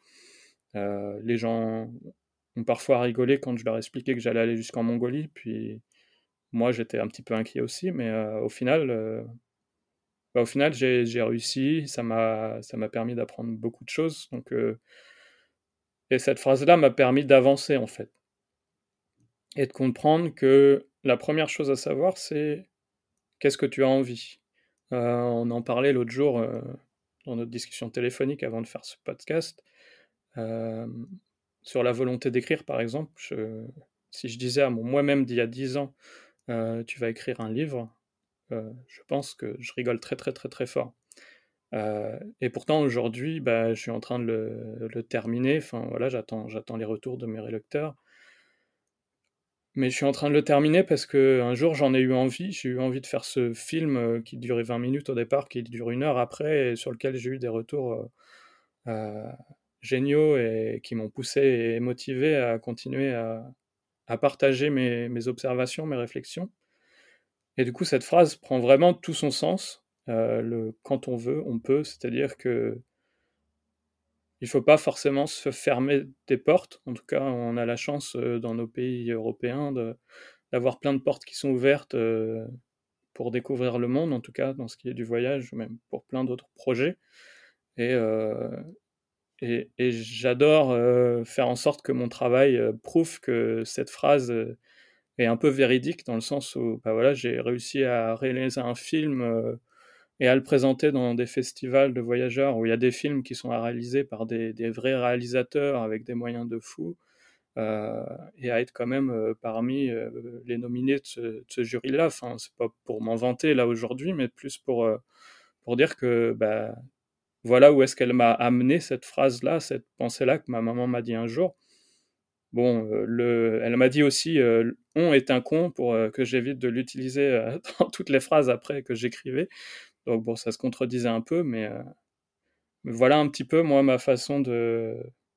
Heu, les gens ont parfois rigolé quand je leur expliquais que j'allais aller jusqu'en Mongolie, puis moi j'étais un petit peu inquiet aussi, mais heu, au final, heu bah, au final, j'ai j'ai réussi, ça m'a ça m'a permis d'apprendre beaucoup de choses, donc heu et cette phrase-là m'a permis d'avancer, en fait et de comprendre que la première chose à savoir, c'est qu'est-ce que tu as envie? Heu, on en parlait l'autre jour, heu, dans notre discussion téléphonique avant de faire ce podcast, hem, sur la volonté d'écrire, par exemple. Je si je disais à mon moi-même d'il y a dix ans, heu: «Tu vas écrire un livre», heu, je pense que je rigole très, très, très, très fort. Heu et pourtant aujourd'hui, bah, je suis en train de le le terminer, enfin voilà, j'attends j'attends les retours de mes lecteurs. Mais je suis en train de le terminer parce qu'un jour j'en ai eu envie, j'ai eu envie de faire ce film, heu, qui durait vingt minutes au départ, qui dure une heure après et sur lequel j'ai eu des retours, heu heu, géniaux et qui m'ont poussé et motivé à continuer à à partager mes mes observations, mes réflexions et du coup cette phrase prend vraiment tout son sens, heu, le «quand on veut, on peut», c'est-à-dire que il faut pas forcément se fermer des portes. En tout cas, on a la chance, heu, dans nos pays européens de d'avoir plein de portes qui sont ouvertes, heu, pour découvrir le monde, en tout cas dans ce qui est du voyage ou même pour plein d'autres projets et heu et et j'adore, heu, faire en sorte que mon travail, heu, prouve que cette phrase, heu, est un peu véridique dans le sens où, bah, voilà, j'ai réussi à réaliser un film, heu et à le présenter dans des festivals de voyageurs où il y a des films qui sont réalisés par des, des vrais réalisateurs avec des moyens de fou, euh, et à être quand même euh, parmi euh, les nominés de ce, de ce jury-là. Enfin, c'est pas pour m'en vanter là aujourd'hui, mais plus pour, euh, pour dire que bah, voilà où est-ce qu'elle m'a amené cette phrase-là, cette pensée-là que ma maman m'a dit un jour. Bon, euh, le, elle m'a dit aussi euh, « on est un con » pour euh, que j'évite de l'utiliser euh, dans toutes les phrases après que j'écrivais. Donc bon, ça se contredisait un peu, mais, euh, mais voilà un petit peu, moi, ma façon de,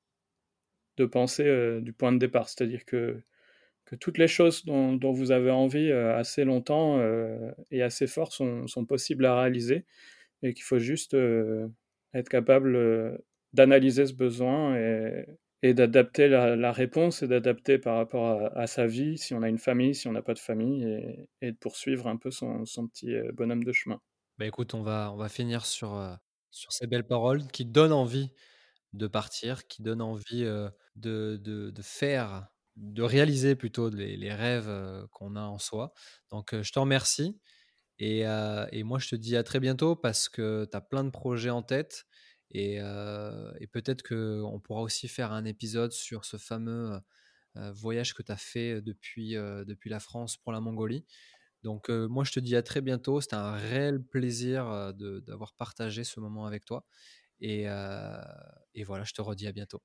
de penser euh, du point de départ. C'est-à-dire que, que toutes les choses dont, dont vous avez envie euh, assez longtemps euh, et assez fort sont, sont possibles à réaliser, et qu'il faut juste euh, être capable euh, d'analyser ce besoin et, et d'adapter la, la réponse et d'adapter par rapport à, à sa vie, si on a une famille, si on n'a pas de famille, et, et de poursuivre un peu son, son petit euh, bonhomme de chemin. Bah, écoute, on va on va finir sur, heu, sur ces belles paroles qui donnent envie de partir, qui donnent envie, heu, de de de faire, de réaliser plutôt les les rêves, heu, qu'on a en soi. Donc, heu, je te remercie et heu et moi je te dis à très bientôt parce que tu as plein de projets en tête et heu et peut-être qu'on pourra aussi faire un épisode sur ce fameux, heu voyage que tu as fait depuis, heu, depuis la France pour la Mongolie. Donc, heu, moi je te dis à très bientôt. C'était un réel plaisir, heu, de d'avoir partagé ce moment avec toi et heu et voilà, je te redis à bientôt.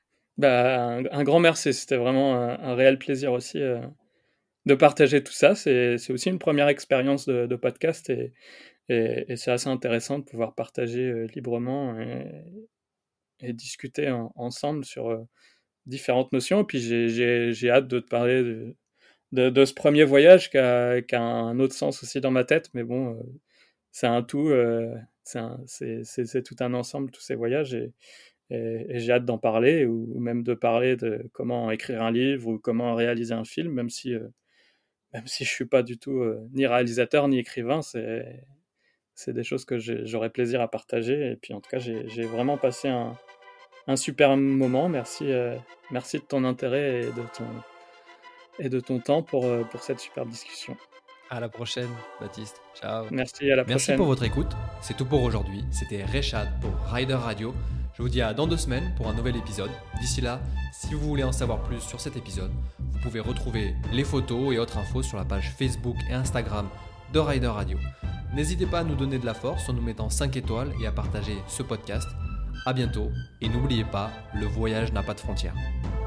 Bah, un, un grand merci, c'était vraiment un, un réel plaisir aussi euh, de partager tout ça. C'est, c'est aussi une première expérience de, de podcast, et, et, et c'est assez intéressant de pouvoir partager euh, librement et, et discuter en- ensemble sur euh, différentes notions. Et puis j'ai, j'ai, j'ai hâte de te parler de, de, de ce premier voyage qui a, qui a un autre sens aussi dans ma tête, mais bon, euh, c'est un tout, euh, c'est, un- c'est, c'est, c'est tout un ensemble, tous ces voyages, et, et, et j'ai hâte d'en parler, ou, ou même de parler de comment écrire un livre ou comment réaliser un film, même si, euh, même si je suis pas du tout euh, ni réalisateur ni écrivain, c'est, c'est des choses que j'ai- j'aurais plaisir à partager. Et puis en tout cas, j'ai, j'ai vraiment passé un, un super moment. Merci, euh, merci de ton intérêt et de ton, et de ton temps pour, euh, pour cette superbe discussion. À la prochaine, Baptiste. Ciao. Merci, à la Merci prochaine. pour votre écoute. C'est tout pour aujourd'hui. C'était Rechad pour Rider Radio. Je vous dis à dans deux semaines pour un nouvel épisode. D'ici là, si vous voulez en savoir plus sur cet épisode, vous pouvez retrouver les photos et autres infos sur la page Facebook et Instagram de Rider Radio. N'hésitez pas à nous donner de la force en nous mettant cinq étoiles et à partager ce podcast. À bientôt et n'oubliez pas, le voyage n'a pas de frontières.